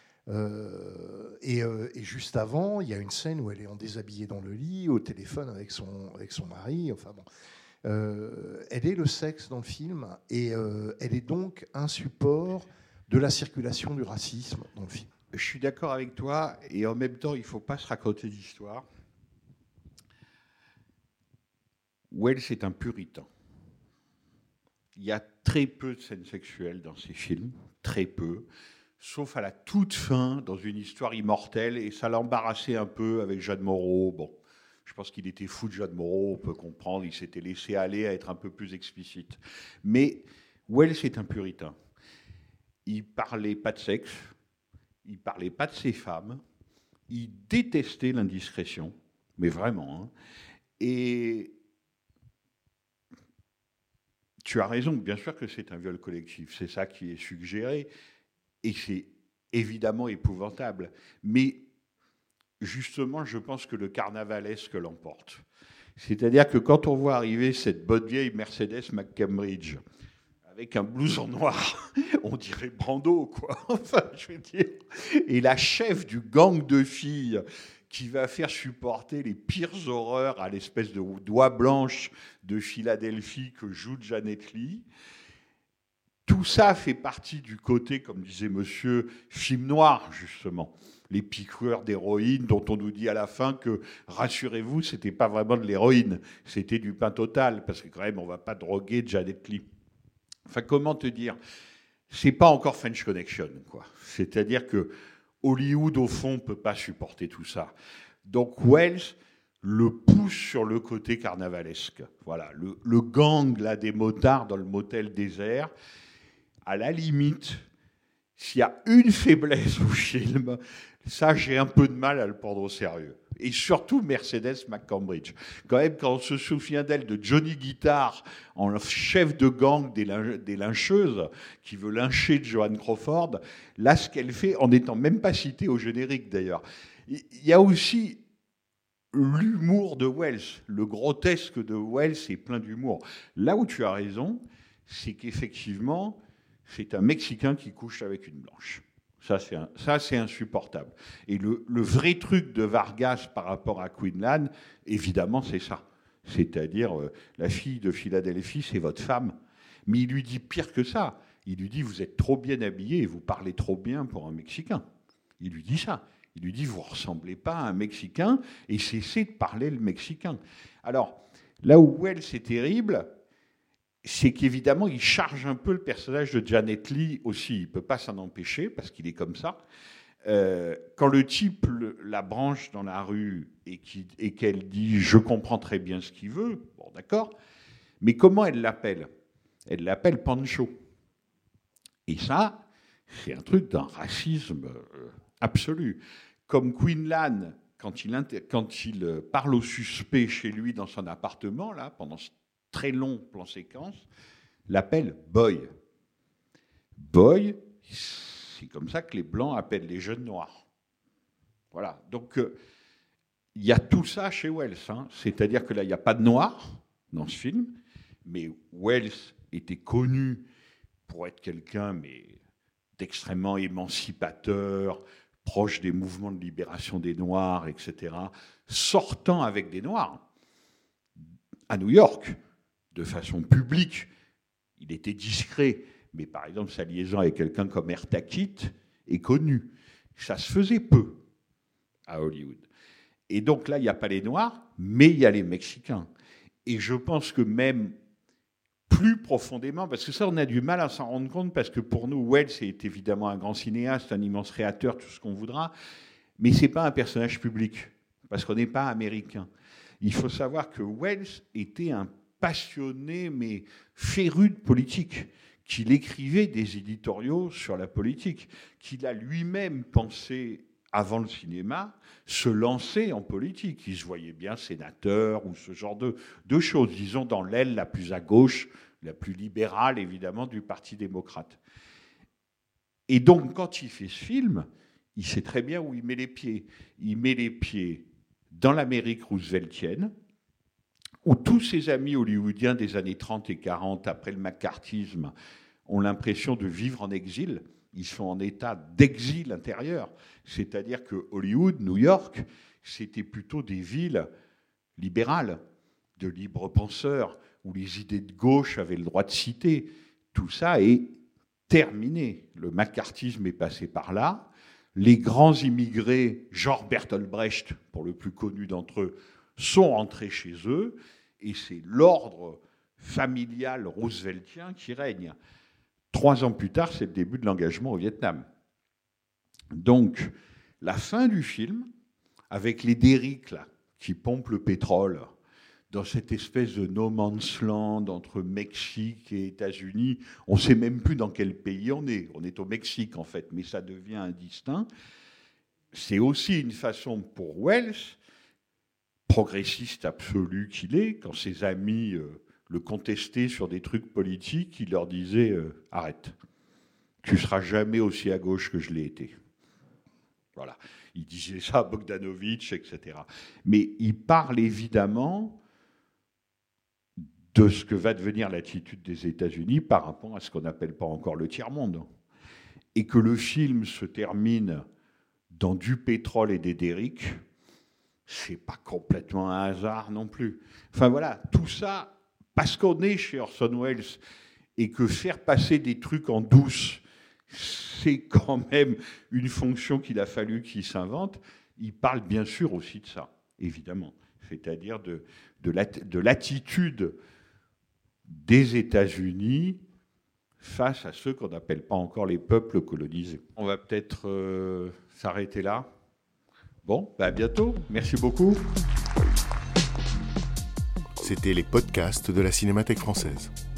Et juste avant, il y a une scène où elle est en déshabillé dans le lit, au téléphone avec son mari. Enfin bon, elle est le sexe dans le film et elle est donc un support de la circulation du racisme dans le film. Je suis d'accord avec toi et en même temps, il ne faut pas se raconter d'histoire. Wells est un puritain. Il y a très peu de scènes sexuelles dans ses films, très peu. Sauf à la toute fin, dans une histoire immortelle, et ça l'embarrassait un peu avec Jeanne Moreau. Bon, je pense qu'il était fou de Jeanne Moreau, on peut comprendre, il s'était laissé aller à être un peu plus explicite. Mais Wells est un puritain. Il parlait pas de sexe, il parlait pas de ses femmes, il détestait l'indiscrétion, mais vraiment. Hein. Et tu as raison, bien sûr que c'est un viol collectif, c'est ça qui est suggéré. Et c'est évidemment épouvantable. Mais justement, je pense que le carnavalesque l'emporte. C'est-à-dire que quand on voit arriver cette bonne vieille Mercedes McCambridge avec un blouson noir, on dirait Brando, quoi. Enfin, je veux dire. Et la chef du gang de filles qui va faire supporter les pires horreurs à l'espèce de doigt blanche de Philadelphie que joue Janet Leigh. Tout ça fait partie du côté, comme disait monsieur, film noir, justement. Les piqueurs d'héroïne dont on nous dit à la fin que, rassurez-vous, c'était pas vraiment de l'héroïne, c'était du pain total, parce que quand même, on va pas droguer Janet Leigh. Enfin, comment te dire ? C'est pas encore French Connection, quoi. C'est-à-dire que Hollywood, au fond, peut pas supporter tout ça. Donc Wells le pousse sur le côté carnavalesque. Voilà, le gang là, des motards dans le motel désert, à la limite, s'il y a une faiblesse au film, ça, j'ai un peu de mal à le prendre au sérieux. Et surtout Mercedes McCambridge. Quand même, quand on se souvient d'elle, de Johnny Guitar, en chef de gang des lyncheuses, qui veut lyncher Joan Crawford, là, ce qu'elle fait, en n'étant même pas citée au générique d'ailleurs. Il y a aussi l'humour de Wells. Le grotesque de Wells est plein d'humour. Là où tu as raison, c'est qu'effectivement, c'est un Mexicain qui couche avec une blanche. Ça, c'est insupportable. Et le vrai truc de Vargas par rapport à Quinlan, évidemment, c'est ça. C'est-à-dire, la fille de Philadelphie, c'est votre femme. Mais il lui dit pire que ça. Il lui dit, vous êtes trop bien habillé et vous parlez trop bien pour un Mexicain. Il lui dit ça. Il lui dit, vous ne ressemblez pas à un Mexicain et cessez de parler le mexicain. Alors, là où Wells est terrible, c'est qu'évidemment, il charge un peu le personnage de Janet Leigh aussi. Il ne peut pas s'en empêcher, parce qu'il est comme ça. Quand le type la branche dans la rue et qu'elle dit « je comprends très bien ce qu'il veut », bon, d'accord, mais comment elle l'appelle ? Elle l'appelle Pancho. Et ça, c'est un truc d'un racisme absolu. Comme Quinlan, quand il parle au suspect chez lui dans son appartement, là, pendant ce très long plan séquence, l'appelle Boy. Boy, c'est comme ça que les Blancs appellent les jeunes Noirs. Voilà. Donc, il y a tout ça chez Wells. Hein. C'est-à-dire que là, il n'y a pas de Noirs dans ce film, mais Wells était connu pour être quelqu'un d'extrêmement émancipateur, proche des mouvements de libération des Noirs, etc., sortant avec des Noirs à New York, de façon publique. Il était discret, mais par exemple, sa liaison avec quelqu'un comme Eartha Kitt est connue. Ça se faisait peu à Hollywood. Et donc là, il n'y a pas les Noirs, mais il y a les Mexicains. Et je pense que même plus profondément, parce que ça, on a du mal à s'en rendre compte, parce que pour nous, Wells est évidemment un grand cinéaste, un immense créateur, tout ce qu'on voudra, mais ce n'est pas un personnage public, parce qu'on n'est pas américain. Il faut savoir que Wells était un passionné, mais féru de politique, qu'il écrivait des éditoriaux sur la politique, qu'il a lui-même pensé, avant le cinéma, se lancer en politique. Il se voyait bien sénateur ou ce genre de choses, disons dans l'aile la plus à gauche, la plus libérale, évidemment, du Parti démocrate. Et donc, quand il fait ce film, il sait très bien où il met les pieds. Il met les pieds dans l'Amérique rooseveltienne, où tous ses amis hollywoodiens des années 30 et 40, après le macartisme, ont l'impression de vivre en exil. Ils sont en état d'exil intérieur. C'est-à-dire que Hollywood, New York, c'était plutôt des villes libérales, de libres penseurs, où les idées de gauche avaient le droit de citer. Tout ça est terminé. Le macartisme est passé par là. Les grands immigrés, genre Bertolt Brecht, pour le plus connu d'entre eux, sont rentrés chez eux, et c'est l'ordre familial rooseveltien qui règne. 3 ans plus tard, c'est le début de l'engagement au Vietnam. Donc, la fin du film, avec les derricks là, qui pompent le pétrole dans cette espèce de no man's land entre Mexique et États-Unis, on ne sait même plus dans quel pays on est. On est au Mexique, en fait, mais ça devient indistinct. C'est aussi une façon pour Wells, progressiste absolu qu'il est, quand ses amis le contestaient sur des trucs politiques, il leur disait « Arrête, tu ne seras jamais aussi à gauche que je l'ai été ». Voilà. Il disait ça à Bogdanovich, etc. Mais il parle évidemment de ce que va devenir l'attitude des États-Unis par rapport à ce qu'on n'appelle pas encore le tiers-monde. Et que le film se termine dans du pétrole et des derricks, c'est pas complètement un hasard non plus. Enfin voilà, tout ça, parce qu'on est chez Orson Welles et que faire passer des trucs en douce, c'est quand même une fonction qu'il a fallu qu'il s'invente. Il parle bien sûr aussi de ça, évidemment. C'est-à-dire de l'attitude des États-Unis face à ceux qu'on n'appelle pas encore les peuples colonisés. On va peut-être s'arrêter là. Bon, à bientôt. Merci beaucoup. C'était les podcasts de la Cinémathèque française.